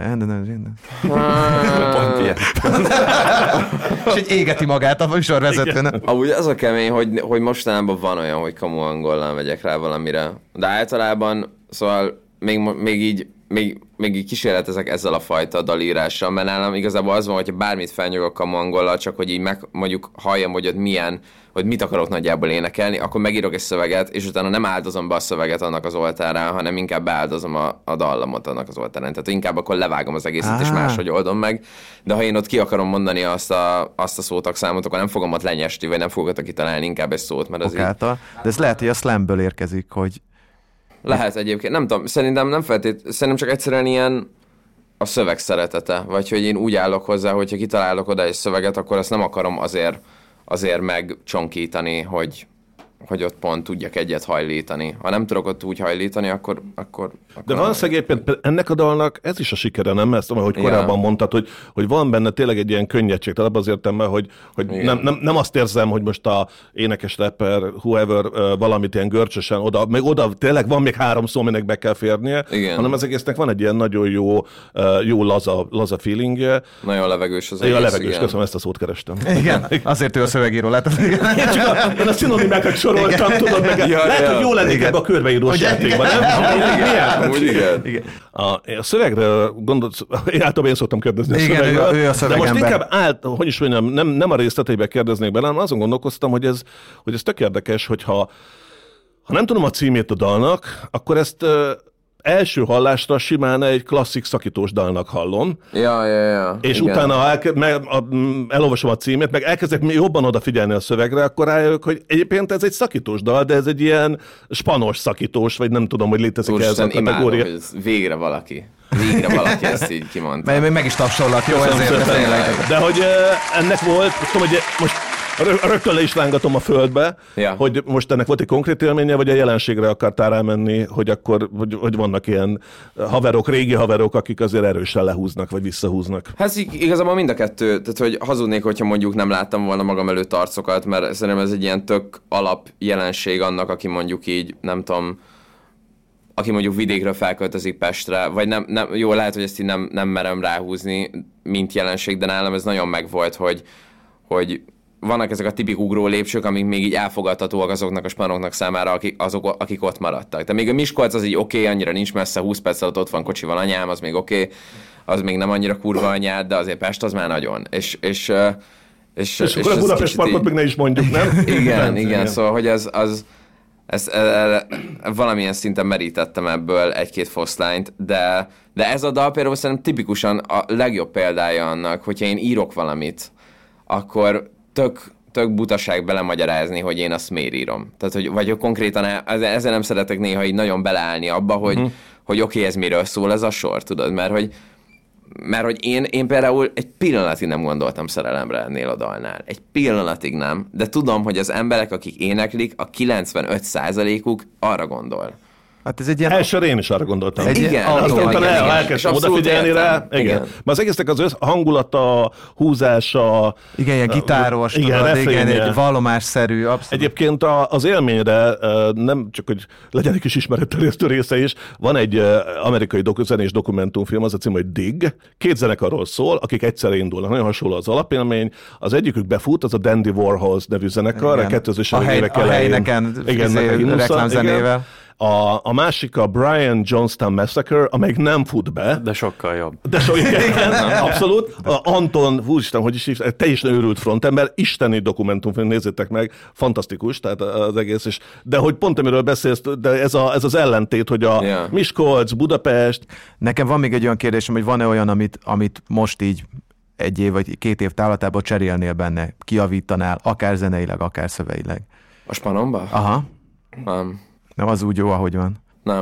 Pont ilyen. És egy égeti magát a műsorvezetőnek. Amúgy az a kemény, hogy mostanában van olyan, hogy kamu angollal megyek rá valamire. De általában, szóval még így kísérletezek ezzel a fajta dalírással, mert nálam igazából az van, hogyha bármit felnyugok kamu angollal, csak hogy így mondjuk halljam, hogy ott hogy mit akarok nagyjából énekelni, akkor megírok egy szöveget, és utána nem áldozom be a szöveget annak az oltárán, hanem inkább beáldozom a dallamot annak az oltárán. Tehát inkább akkor levágom az egészet, és máshogy oldom meg. De ha én ott ki akarom mondani azt a szótagszámot, akkor nem fogom ott lenyesni, vagy nem fogok ott kitalálni inkább egy szót, mert az így... De ez lehet, hogy a slamből érkezik, hogy... Lehet egyébként, nem tudom, szerintem szerintem csak egyszerűen ilyen a szöveg szeretete, vagy hogy én úgy állok hozzá, hogyha kitalálok oda egy szöveget, akkor azt nem akarom azért megcsonkítani, hogy ott pont tudjak egyet hajlítani. Ha nem tudok ott úgy hajlítani, akkor de valószínűleg éppen ennek a dalnak ez is a sikere, nem? Ezt, ahogy korábban mondtad, hogy van benne tényleg egy ilyen könnyedség, tehát abban az értelemben, hogy nem azt érzem, hogy most a énekes rapper, whoever valamit ilyen görcsösen oda tényleg van még 3 szó, aminek be kell férnie, hanem az egésznek van egy ilyen nagyon jó laza feelingje. Nagyon levegős az egész. Levegős, köszönöm, ezt a szót kerestem. Igen, azért ő a szövegíró lett. Én a szinonimákat soroltam, tudod meg. Lehet, hogy jó lennék ebbe a körbeírós játékban, nem? Igen. A szövegre gondolsz, általában én szoktam kérdezni a szövegről. Ő a szövegember. De most inkább hogy is mondjam, nem a részleteibe kérdeznék bele, hanem azon gondolkoztam, hogy ez tök érdekes, hogyha nem tudom a címét a dalnak, akkor ezt első hallásra simán egy klasszik szakítós dalnak hallom. Ja. És igen. utána elolvasom a címét, meg elkezdek jobban odafigyelni a szövegre, akkor rájövök, hogy egyébként ez egy szakítós dal, de ez egy ilyen spanos szakítós, vagy nem tudom, hogy létezik ez a kategória. Imádom, hogy végre valaki ezt így kimondta. Mert még meg is tapsolak, jó, ezért tényleg. De hogy ennek volt, tudom, hogy most rögtön le is rángatom a földbe, hogy most ennek volt egy konkrét élménye, vagy a jelenségre akartál rámenni, hogy akkor, hogy vannak ilyen haverok, régi haverok, akik azért erősen lehúznak, vagy visszahúznak. Hát igazából mind a kettő, tehát hogy hazudnék, hogyha mondjuk nem láttam volna magam előtt arcokat, mert szerintem ez egy ilyen tök alap jelenség annak, aki mondjuk így, nem tudom, aki mondjuk vidékről felköltözik Pestre, vagy nem jó, lehet, hogy ezt így nem merem ráhúzni, mint jelenség, de nálam ez nagyon megvolt, hogy vannak ezek a tipik ugró lépcsők, amik még így elfogadhatóak azoknak a spanoknak számára, akik ott maradtak. De még a Miskolc az így oké, annyira nincs messze, 20 perc alatt ott van kocsival anyám, az még oké, az még nem annyira kurva anyád, de azért Pest az már nagyon. És akkor a Budapest Parkot még ne is mondjuk, nem? Igen, szóval, hogy ez valamilyen szinten merítettem ebből egy-két foszlányt, de ez a dal például szerintem tipikusan a legjobb példája annak, hogyha én írok valamit, akkor tök butaság belemagyarázni, hogy én azt miért írom. Tehát, vagy konkrétan ezzel nem szeretek néha így nagyon beleállni abba, hogy oké, ez miről szól ez a sor, tudod, mert hogy én például egy pillanatig nem gondoltam szerelemre ennél a dalnál. Egy pillanatig nem, de tudom, hogy az emberek, akik éneklik, a 95%-uk arra gondol. Hát ez egy ilyen... Elsőre én is arra gondoltam. Igen. Aztán elkezdtem odafigyelni rá. Igen. Mert az egésznek az hangulata, húzása... Igen, ilyen gitáros, tudod, igen, egy vallomásszerű, abszolút. Egyébként az élményre nem csak, hogy legyen egy kis ismeretterjesztő része is, van egy amerikai zenés dokumentumfilm, az a cím, hogy Dig. 2 zenekarról szól, akik egyszerre indulnak. Nagyon hasonló az alapélmény. Az egyikük befut, az a Dandy Warhols nevű zenekar, a 2000-es évek elején. A helyneken reklámzenével. A másik a Brian Jonestown Massacre, amelyik nem fut be. De sokkal jobb. Igen, abszolút. Anton, úristen, hogy is teljesen őrült frontember, isteni dokumentumfilm, nézzétek meg, fantasztikus, tehát az egész is. De hogy pont amiről beszélsz, de ez az ellentét, hogy a Miskolc, Budapest. Nekem van még egy olyan kérdésem, hogy van-e olyan, amit most így 1 év vagy 2 év távlatában cserélnél benne, kiavítanál, akár zeneileg, akár szöveileg? A spanomba? Aha. Nem az úgy jó, ahogy van.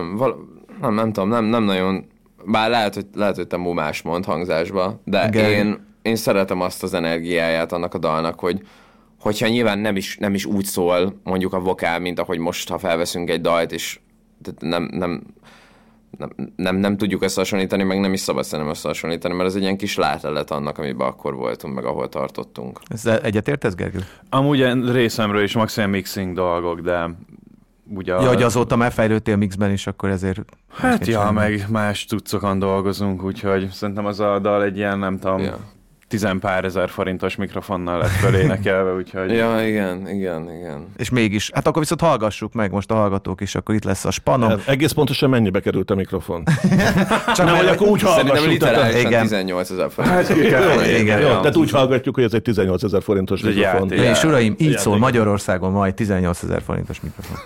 Nem tudom, nem nagyon, bár lehet, hogy te más mond hangzásba, de én szeretem azt az energiáját annak a dalnak, hogyha nyilván nem is úgy szól mondjuk a vokál, mint ahogy most, ha felveszünk egy dalt, és nem tudjuk összehasonlítani, meg nem is szabad szerintem összehasonlítani, mert ez egy ilyen kis látlelet annak, amiben akkor voltunk, meg ahol tartottunk. Ezzel egyetértesz, Gergő? Amúgy részemről is maximum mixing dolgok, de ugye... hogy azóta már fejlődtél mixben is, akkor ezért... Hát meg más cuccokon dolgozunk, úgyhogy szerintem az a dal egy ilyen, nem tudom, 10 pár ezer forintos mikrofonnal lett fölénekelve, úgyhogy... Igen. És mégis, hát akkor viszont hallgassuk meg most a hallgatók is, akkor itt lesz a spanom. Hát, egész pontosan mennyibe került a mikrofon? Csak nem, hogy akkor úgy hallgassuk. Szerintem literálisan 18 000 forint. Igen. Tehát úgy hallgatjuk, hogy ez egy 18 000 forintos mikrofon. És uraim, így szól Magyarországon majd 18 000 forintos mikrofon.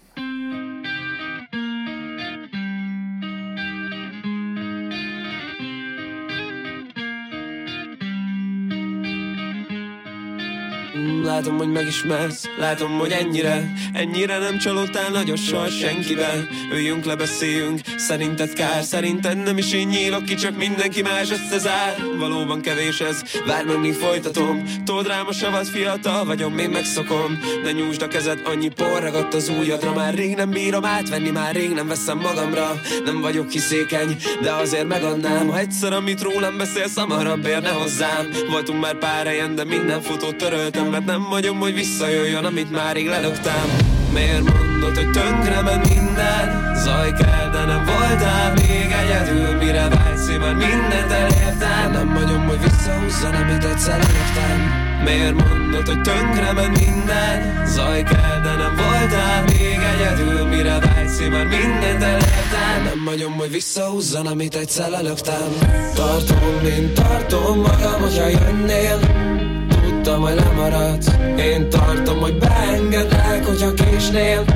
Látom, hogy megismersz, látom, hogy ennyire nem csalódtál nagyon soha senkivel. Üljünk le, beszéljünk, szerinted kár, szerinted nem is én nyílok ki, csak mindenki más összezár. Valóban kevés ez, várj meg, míg folytatom. Told rám a savat, fiatal vagyok, még megszokom. Ne nyújtsd a kezed, annyi por ragadt az ujjadra. Már rég nem bírom átvenni, már rég nem veszem magamra. Nem vagyok hiszékeny, de azért megadnám. Ha egyszer, amit rólam beszélsz, hamarabb érne hozzám. Voltunk már pár helyen, de minden fotót töröltem, mert nem vagyom, hogy visszajöjjön, amit már rég lelöktem. Miért mondod, hogy tönkre ment minden? Zaj kell, de nem voltál még egyedül. Mire vágysz, én már mindent elértem. Nem vagyom, hogy visszahúzzon, amit egyszer lelöktem. Miért mondod, hogy tönkre ment minden? Zaj kell, de nem voltál még egyedül. Mire vágysz, én már mindent elértem. Nem vagyom, hogy visszahúzzon, amit egyszer lelöktem. Tartom magam, hogyha jönnél. Tudtam, hogy lemaradsz. Én tartom, hogy beengedlek, hogyha késnél.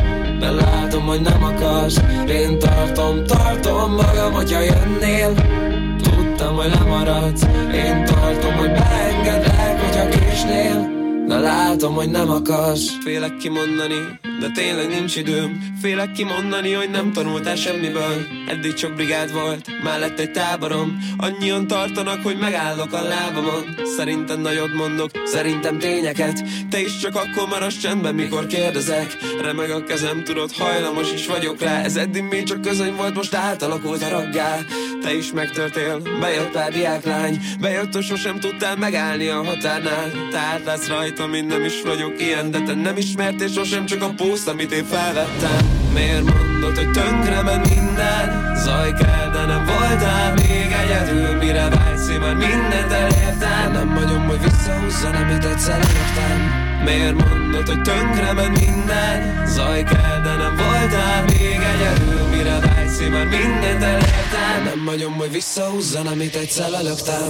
de látom, hogy nem akarsz. Én tartom magam, hogyha jönnél. Tudtam, hogy lemaradsz. Én tartom, hogy beengedlek, hogyha késnél, de látom, hogy nem akarsz. Félek kimondani, de tényleg nincs időm. Félek kimondani, hogy nem tanultál semmiből. Eddig csak brigád volt, mellett egy táborom. Annyian tartanak, hogy megállok a lábamon. Szerinted nagyot mondok, szerintem tényeket. Te is csak akkor maradsz csendben, mikor kérdezek. Remeg a kezem, tudod, hajlamos is vagyok rá. Ez eddig még csak közöny volt, most átalakult a raggá. Te is megtörtél, bejött pár diáklány. Bejött, hogy sosem tudtál megállni a határnál. Tehát lesz rajta, mint nem is vagyok ilyen, de te nem ismertél sosem, csak a pószt, amit én felvettem. Miért mondod, hogy tönkrement minden? Zajkál, de nem voltál még egyedül. Mire vágysz, én már mindent elértem. Nem vagyom, hogy visszahúzzon, amit egyszer elértem. Miért mondod, hogy tönkrement minden? Zajkál, de nem voltál még egyedül. Mire vágysz, én már mindent elértem. Nem vagyom, hogy visszahúzzon, amit egyszer lelöktem.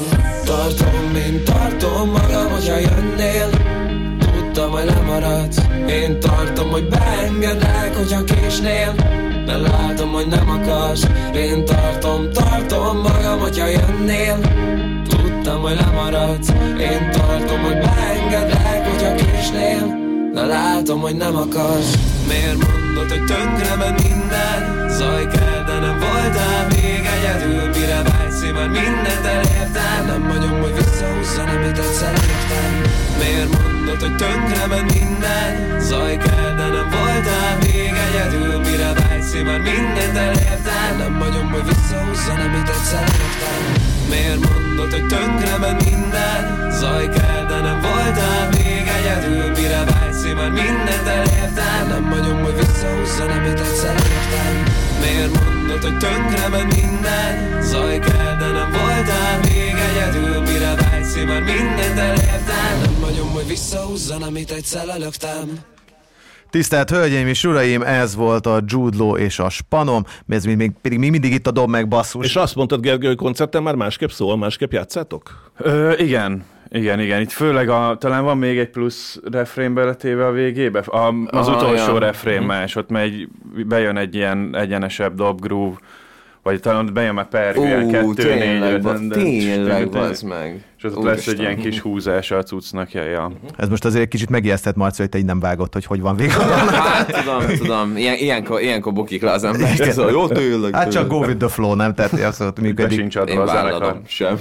Tartom magam, hogyha jönnél. Tudtam, hogy lemaradsz. Én tartom, hogy beengedlek, hogyha késnél, de látom, hogy nem akarsz. Én tartom magam, hogyha jönnél. Tudtam, hogy lemaradsz. Én tartom, hogy beengedlek, hogyha késnél, de látom, hogy nem akarsz. Miért mondod, hogy tönkrement minden? Zajkál, de nem voltál még egyedül. Mire vágysz, én már mindent elértem. Nem vagyom, hogy visszahúzzon, amit egyszer elértem. Miért mondod, hogy tönkrement minden? Zajkál, de nem voltál még egyedül. Mire vágysz, én már mindent elértem. Nem vagyom, hogy visszahúzzon, amit egyszer elértem. Miért mondod, hogy tönkrement minden? Zajkál, de nem voltál még egyedül. Mire vágysz, én már mindent elértem. Nem vagyom, hogy visszahúzzon, amit egyszer elértem. Miért mondod, hogy tönkrement minden? Zajkál, de nem voltál még egyedül. Mire vágysz, én már mindent elértem. Nem vagyom, hogy visszahúzzon, amit egyszer lelöktem. Tisztelt Hölgyeim és Uraim, ez volt a Jude Law és a Spanom, ez pedig mi mindig itt a Dob meg basszus. És azt mondtad, Gergő, hogy koncerten már másképp szól, másképp játszátok? Igen. Itt főleg talán van még egy plusz refrén beletéve a végébe. Az utolsó refrén más, ott bejön egy ilyen egyenesebb dob groove, vagy talán bejön már pergő, ilyen 2-4-5. Tényleg, bazd meg. És ott lesz egy ilyen kis húzása a cuccnak. Ja. Ez most azért kicsit megijesztett, Marci, hogy te így nem vágod, hogy van vége. Hát tudom. Ilyenkor bukik le az ember. Ez a jó tőleg. Hát csak go with the flow, nem? Tehát abszolút működik. Sincs adva az zenekar. Sem.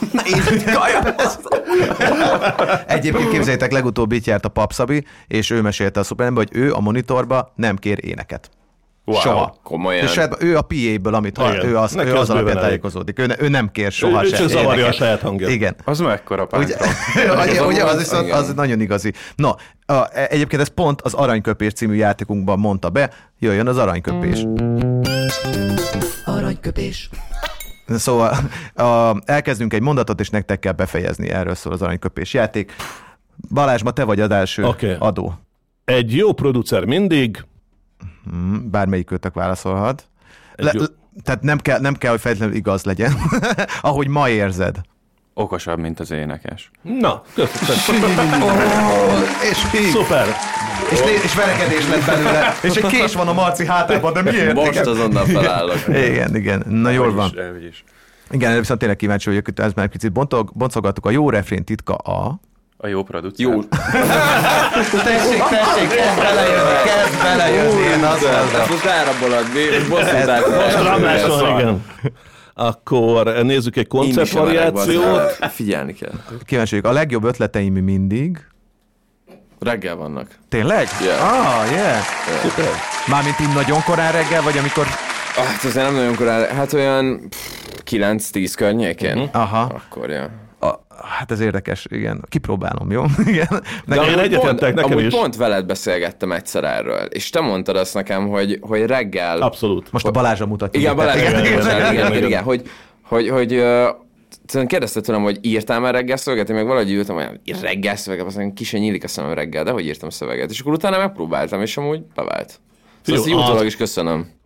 Egyébként képzeljétek, legutóbb itt járt a Pap Szabi, és ő mesélte a Szuperembe, hogy ő a monitorba nem kér éneket. Wow. Soha. Komolyan. És ő a PA-ből, amit ő az alapján tájékozódik. Ő nem kér soha se. Ő zavarja a saját hangját. Igen. Az mekkora pánta. Ugye, az nagyon igazi. No, egyébként ez pont az Aranyköpés című játékunkban mondta be, jöjjön az Aranyköpés. Aranyköpés. Szóval elkezdünk egy mondatot, és nektek kell befejezni. Erről szól az Aranyköpés játék. Balázs, ma te vagy az első adó. Egy jó producer mindig... Bármelyik kötök válaszolhat. Tehát nem kell, hogy feltétlenül igaz legyen. Ahogy ma érzed. Okosabb, mint az énekes. Na, köszönöm. És szuper. És verekedés lett belőle. És egy kés van a Marci hátában, de miért? Most azonnal felállok. Igen. Na jól van. Igen, erre viszont tényleg kíváncsi vagyok, hogy ez már picit boncolgattuk. A jó refrén titka a jó producer. Jó. tessék, kezd belejönni. Én azt mondom. Most elrabolod, most rámáson, igen. Akkor nézzük egy konceptvariációt. Figyelni kell. Kíváncsi vagyok. A legjobb ötleteim mindig... Reggel vannak. Tényleg? Yeah. Szuper. Mármint így nagyon korán reggel, vagy amikor... Hát azért nem nagyon korán, hát olyan 9-10 környékén. Aha. Akkor, ja. Hát ez érdekes, igen. Kipróbálom, jó? Igen. De én egyetértek nekem is. Pont veled beszélgettem egyszer erről, és te mondtad azt nekem, hogy reggel... Abszolút. Most a Balázsra mutatjuk. Igen, Balázsra. Igen. Hogy kérdezted tőlem, hogy írtál már reggel szöveget, én meg valahogy írtam, hogy reggel szöveget, aztán ki se nyílik a szemem reggel, de hogy írtam szöveget. És akkor utána megpróbáltam, és amúgy bevált. Szóval ezt utólag is köszönöm.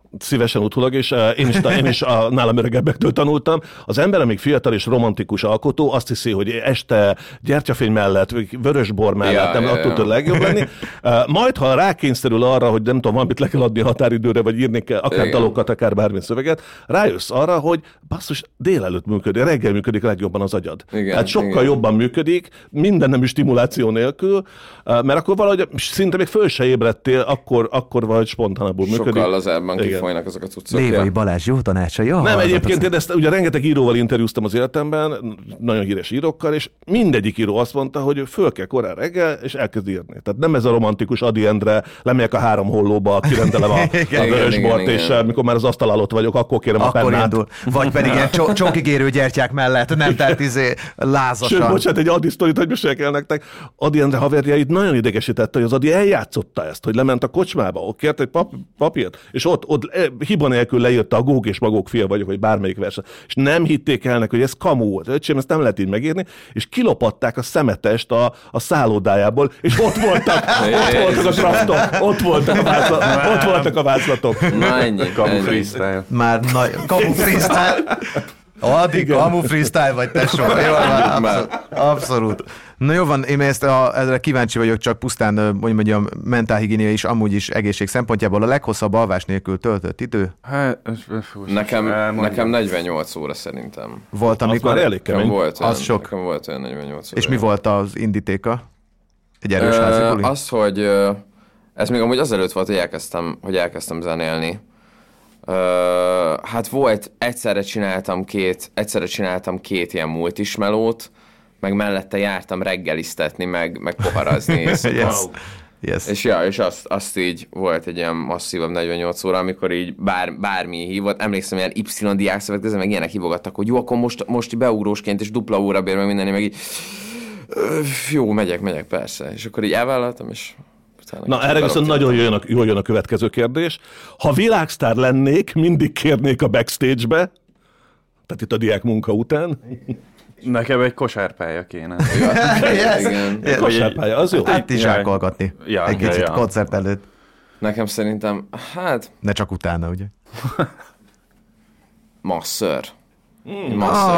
szívesen utólag, és én is a nálam öregebbektől tanultam. Az ember, amíg fiatal és romantikus alkotó, azt hiszi, hogy este gyertyafény mellett, vörösbor mellett nem tud legjobb lenni. Majd, ha rákényszerül arra, hogy nem tudom, valamit le kell adni a határidőre, vagy írni kell, akár dalokat, akár bármilyen szöveget, rájössz arra, hogy basszus, délelőtt működik, reggel működik legjobban az agyad. Tehát sokkal jobban működik, minden nemű stimuláció nélkül, mert akkor valahogy szinte még föl se ébredtél, akkor valahogy spontánabbul működik. Sokkal lazábban kifolynak azok a cuccok. Lévai Balázs jó tanácsa. Ja, nem, egyébként én ezt ugye rengeteg íróval interjúztam az életemben, nagyon híres írókkal, és mindegyik író azt mondta, hogy föl kell korán reggel, és elkezd írni. Tehát nem ez a romantikus Adi Endre, lemegyek a 3 hollóba, kirendelem a vörösbort, és mikor már az asztal alatt vagyok, akkor kérem a pennát. Vagy pedig ilyen csókigérő gyertyák mellett, nem, tehát lázasan. Sőt, bocsánat, egy Adi sztorit, hogy mesélek el nektek. Adi Endre haverjait nagyon idegesítette, hogy az Adi eljátszotta ezt, hogy lement a kocsmába, ott kért egy papírt, és ott hiba nélkül leírta a Góg és Magók fia vagyok, vagy bármelyik verset. És nem hitték el neki, hogy ez kamu volt. Öcsém, ezt nem lehet így megírni, és kilopatták a szemetest a szállodájából, és ott voltak a draftok, ott voltak a vázlatok. Na ennyi. Kamu freestyle. Már kamu freestyle. Addig kamu freestyle vagy tesó. Abszolút. Na jó van, én ezre kíváncsi vagyok, csak pusztán, hogy mondjam, mentálhigiénia is amúgy is egészség szempontjából a leghosszabb alvás nélkül töltött idő? Hát, nekem 48 óra szerintem. Volt, amikor... elég kemény. Az sok. Nekem volt olyan 48 óra. És mi volt az indítéka? Egy erős házi buli? Az, hogy ez még amúgy azelőtt volt, hogy elkezdtem zenélni. Hát volt, egyszerre csináltam két ilyen multismelót, meg mellette jártam reggeliztetni, meg poharazni. Yes. És azt így volt egy ilyen masszívabb 48 óra, amikor így bármi hívott. Emlékszem, ilyen Y diákszövetkező, meg ilyenek hívogattak, hogy jó, akkor most beugrósként, és dupla órabér, meg mindenni, meg így jó, megyek, persze. És akkor így elvállaltam, és... Na, erre viszont nagyon jól jön a következő kérdés. Ha világsztár lennék, mindig kérnék a backstage-be, tehát itt a diák munka után. Nekem egy kosárpálya kéne. Igen. Kosárpálya, az jó. Hát is zsákolgatni. Egy kicsit koncert előtt. Nekem szerintem, ne csak utána, ugye? Masször. Egy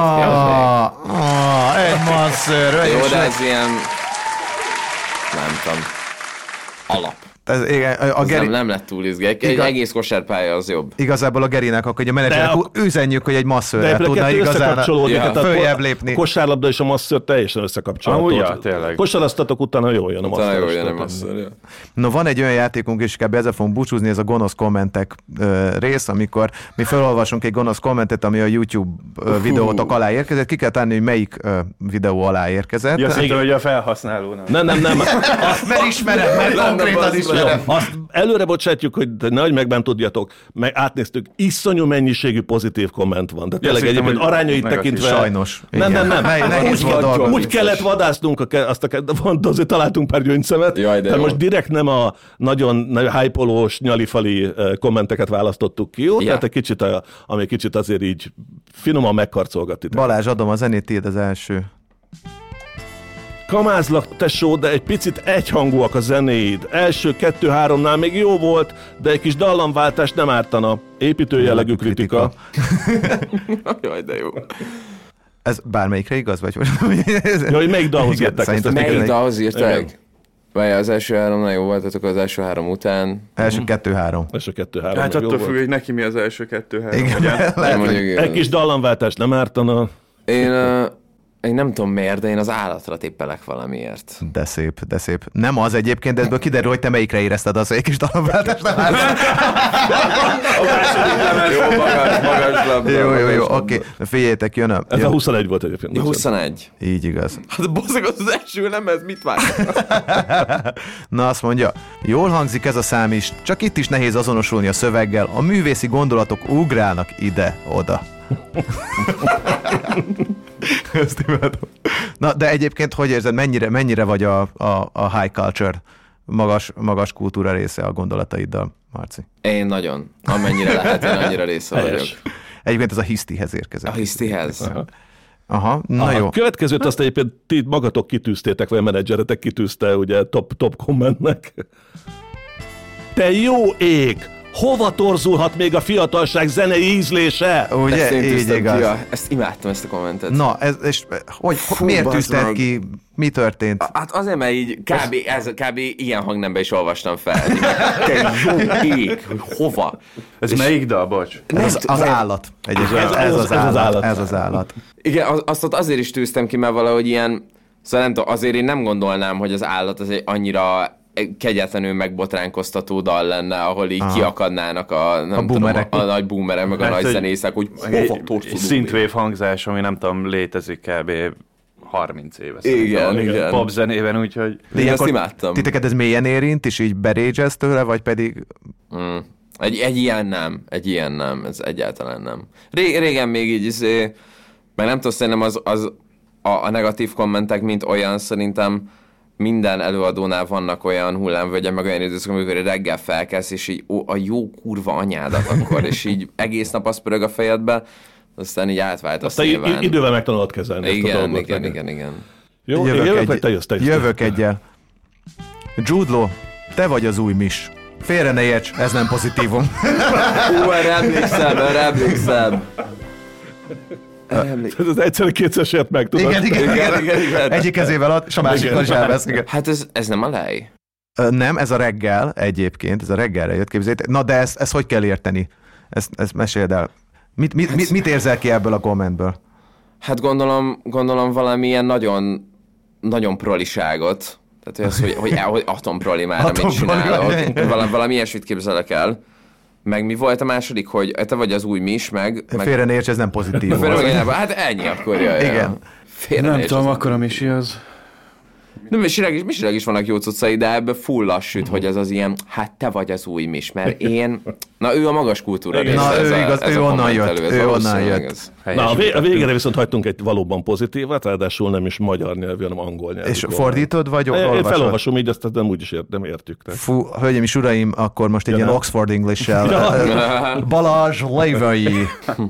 masször. Jó, de ez ilyen... Nem tudom. Alap. Ez, igen, nem lett túl izgek. Egy egész kosárpálya az jobb. Igazából a Gerinek, hogy a menedzsernek üzenjük, hogy egy masszörrel tudna igazán följebb lépni. A kosárlabda és a masször teljesen összekapcsolható. Ja, tényleg. Kosárlaztatok, utána jól jön a masször. Utána jól jön a masször, ja. No, van egy olyan játékunk, és kb. Ezzel fogunk búcsúzni, ez a gonosz kommentek rész, amikor mi felolvasunk egy gonosz kommentet, ami a YouTube videótok alá érkezett. Ki kell tenni, hogy melyik videó alá érkezett. Ja, szerintem, hogy a felhasználónak. Nem. Mert ismerem, mert konkrétan ismerem. Azt előre bocsátjuk, hogy nehogy megbántódjatok, meg átnéztük, iszonyú mennyiségű pozitív komment van. De tényleg egyébként arányait tekintve... Sajnos. Nem. Úgy kellett vadásznunk, de azért találtunk pár gyöngyszemet. Tehát most direkt nem a nagyon hype-olós, nyalifali kommenteket választottuk ki, jó? Ja. Tehát egy kicsit, ami kicsit azért így finoman megkarcolgat titeket. Balázs, adom a zenét, tiéd az első. Kamázlak, tesó, de egy picit egyhangúak a zenéid. Első 2-3-nál még jó volt, de egy kis dallamváltás nem ártana. Építő jellegű kritika. Jaj, de jó. Ez bármelyikre igaz, vagy? Ja, hogy melyik dalhoz írták ezt? Melyik dalhoz írták? Vagy az első 3-nál jó voltatok, az első 3 után. Első 2-3. Első 2-3. Hát attól függ, hogy neki mi az első 2-3. Egy kis dallamváltás nem ártana. Én nem tudom miért, de én az állatra tippelek valamiért. De szép. Nem az egyébként, de ebből kiderül, hogy te melyikre érezted az egy kis dallamváltást. A második lemez. Jó, magas labda. Jó, oké. Figyeljétek, jön a... Ez a 21 volt egyébként. 21. Így igaz. Hát bozzag, az első lemez, mit vársz? Na, azt mondja, jól hangzik ez a szám is, csak itt is nehéz azonosulni a szöveggel, a művészi gondolatok ugrálnak ide-oda. Ezt imádom. Na, de egyébként hogy érzed, mennyire vagy a high culture, magas kultúra része a gondolataiddal, Marci? Én nagyon. Amennyire lehet, én annyira része vagyok. Egyébként ez a hisztihez érkezett. A hisztihez. Aha, jó. A következőt azt egyébként ti magatok kitűztétek, vagy a menedzseretek kitűzte, ugye top kommentnek. Te jó ég! hova torzulhat még a fiatalság zenei ízlése? Ugye, így igaz. Ja, ezt imádtam, ezt a kommentet. Na, és miért tűzted ki? Mi történt? Hát azért, mert így kb. Ilyen hangnemben is olvastam fel. Te jó ég, hogy hova? Ez melyik dal, bocs? Az állat. Ez az állat. Igen, azt ott azért is tűztem ki, mert valahogy ilyen, szóval nem tudom, azért én nem gondolnám, hogy az állat az egy annyira kegyetlenül megbotránkoztató dal lenne, ahol így kiakadnának a nagy boomerek, meg a nagy zenészek, hogy hova torzulunk. Synthwave hangzás, ami nem tudom, létezik kb. 30 éve. Igen. Pop zenében, úgyhogy... Én ezt imádtam. Titeket ez mélyen érint, és így berégyez tőle, vagy pedig... Egy ilyen nem, ez egyáltalán nem. Régen még így, meg nem tudom, szerintem a negatív kommentek, mint olyan, szerintem minden előadónál vannak olyan hullámvölgye, meg olyan időszak, amikor reggel felkelsz, és így a jó kurva anyádat akkor, és így egész nap az pörög a fejedbe, aztán így átváltasz nyilván. Idővel megtanulod kezelni. Igen. Jó, jövök egyel. Jude Law, te vagy az új Miss. Félre ne érts, ez nem pozitívum. Erre emlékszem. Ez egyszer-kétszer sért meg, tudod? Igen. Egyik kezével ad, és a másikkal is elvesz. Hát ez nem a lej? Nem, ez a reggel egyébként, ez a reggelre jött, képzeljétek. Na de ezt hogy kell érteni? Ezt meséld el. Mit érzel ki ebből a kommentből? Hát gondolom valamilyen nagyon, nagyon proliságot. Tehát hogy atomproli már, amit csinálok. Valami ilyesmit képzelek el. Meg mi volt a második, hogy te vagy az új Miss, meg... Félre ne érts, ez nem pozitív. Hát ennyi akkor, jaj. Igen. Nem tudom, akkor a Misi az... Misileg is vannak jó cuccai, de ebben full lassüt, hogy ez az ilyen, hát te vagy az új Miss, mert én... Na, ő a magas kultúra része. Na, ő igaz, ő onnan jött. Na, a végére viszont hagytunk egy valóban pozitívat, ráadásul nem is magyar nyelvű, hanem angol nyelvű. És fordítod, vagy olvasod? Én felolvasom így, ezt nem úgyis nem értük. Fú, hölgyeim és uraim, akkor most egy ilyen Oxford English-sel. Balázs Lévai.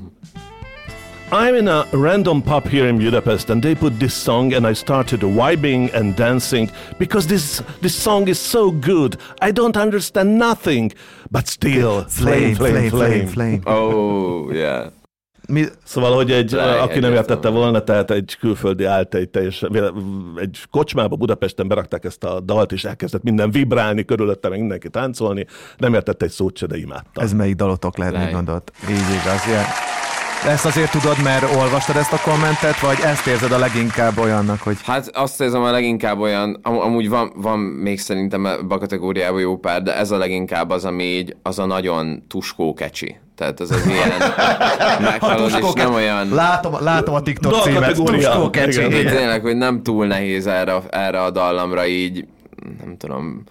I'm in a random pub here in Budapest and they put this song and I started vibing and dancing because this song is so good. I don't understand nothing, but still flame. Oh, yeah. Szóval, hogy aki nem értette volna, tehát egy külföldi állt egy kocsmába Budapesten berakták ezt a dalt, és elkezdett minden vibrálni körülötte, meg mindenki táncolni. Nem értette egy szót se, de imádta. Ez melyik dalotok lehet, mit gondolt? Így igaz, yeah. Ezt azért tudod, mert olvastad ezt a kommentet, vagy ezt érzed a leginkább olyannak, hogy... Hát azt érzem a leginkább olyan, amúgy van még szerintem ebben a kategóriában jó pár, de ez a leginkább az, ami így, az a nagyon tuskó kecsi. Tehát ez az ilyen meghallod, és nem olyan... Látom a TikTok címet, tuskó kecsi. Tényleg, hogy nem túl nehéz erre a dallamra így, nem tudom...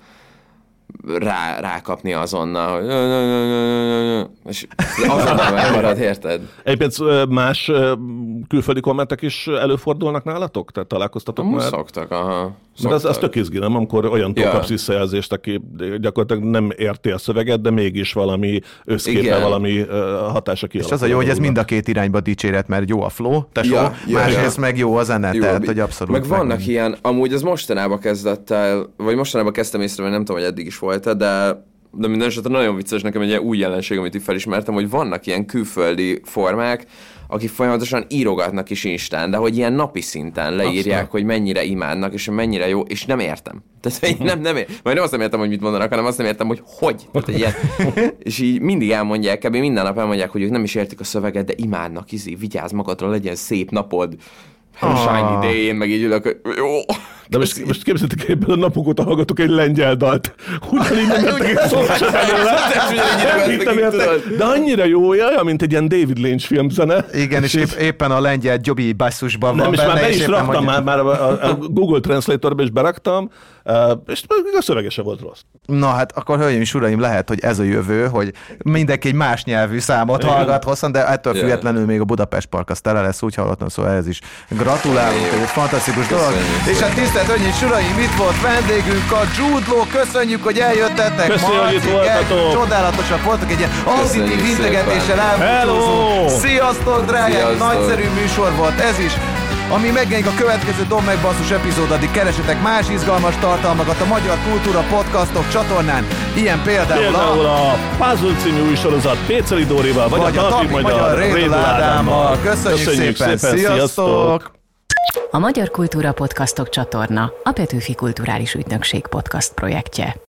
rákapni azonnal, hogy és azonnal megmarad, érted? Egyébként más külföldi kommentek is előfordulnak nálatok? Tehát találkoztatok már? Szoktak, aha. Mert az tök izgi, nem? Amikor olyantól kapsz visszajelzést, aki gyakorlatilag nem érti a szöveget, de mégis valami összképe, valami hatása kialakul. És az a jó, hogy ez mind a két irányba dicséret, mert jó a flow, másrészt meg jó a zene, tehát hogy abszolút. Meg vannak ilyen, amúgy ez mostanában kezdett el, vagy mostanában kezdtem észre, vagy nem tudom, hogy eddig is volt, de minden esetre nagyon vicces nekem egy ilyen új jelenség, amit így felismertem, hogy vannak ilyen külföldi formák, akik folyamatosan írogatnak is Instán, de hogy ilyen napi szinten leírják, hogy mennyire imádnak, és mennyire jó, és nem értem. Tehát nem azt nem értem, hogy mit mondanak, hanem azt nem értem, hogy. Tehát, ilyen, és így mindig elmondják, kb. Minden nap elmondják, hogy ők nem is értik a szöveget, de imádnak, vigyázz magadra, legyen szép napod, shiny day, én meg így ülök, jó. De most képzeljétek, ebből a napok óta hallgatok egy lengyel dalt. Ugyanígy nem értek egy szót sem belőle. De annyira jó, olyan, mint egy ilyen David Lynch filmzene. Igen, és éppen a lengyel Joby basszusban van benne. Nem, és már be is raktam, már a Google Translatorba is beraktam, és a szövege se volt rossz. Na hát akkor, hölgyeim és uraim, lehet, hogy ez a jövő, hogy mindenki egy más nyelvű számot hallgat hosszan, de ettől függetlenül még a Budapest Park az tele lesz, úgy hallottam, szóval ez is gratulálunk, ez egy fantasztikus dolog. És hát tisztelt hölgyeim és uraim, itt volt vendégünk a Jude Law, köszönjük, hogy eljöttetek. Köszönjük, hogy itt voltatok. Csodálatosak voltak, egy ilyen auditív integetéssel elbúcsúzunk. Sziasztok, drágák, nagyszerű műsor volt ez is. Ami megjelenik a következő Dob meg Basszus epizód, addig keresetek más izgalmas tartalmakat a Magyar Kultúra Podcastok csatornán. Ilyen például a Puzzle című új sorozat Péceli Dórival, vagy a Talpig Magyar Rédl Ádámmal. Köszönjük szépen, sziasztok! A Magyar Kultúra Podcastok csatorna a Petőfi Kulturális Ügynökség podcast projektje.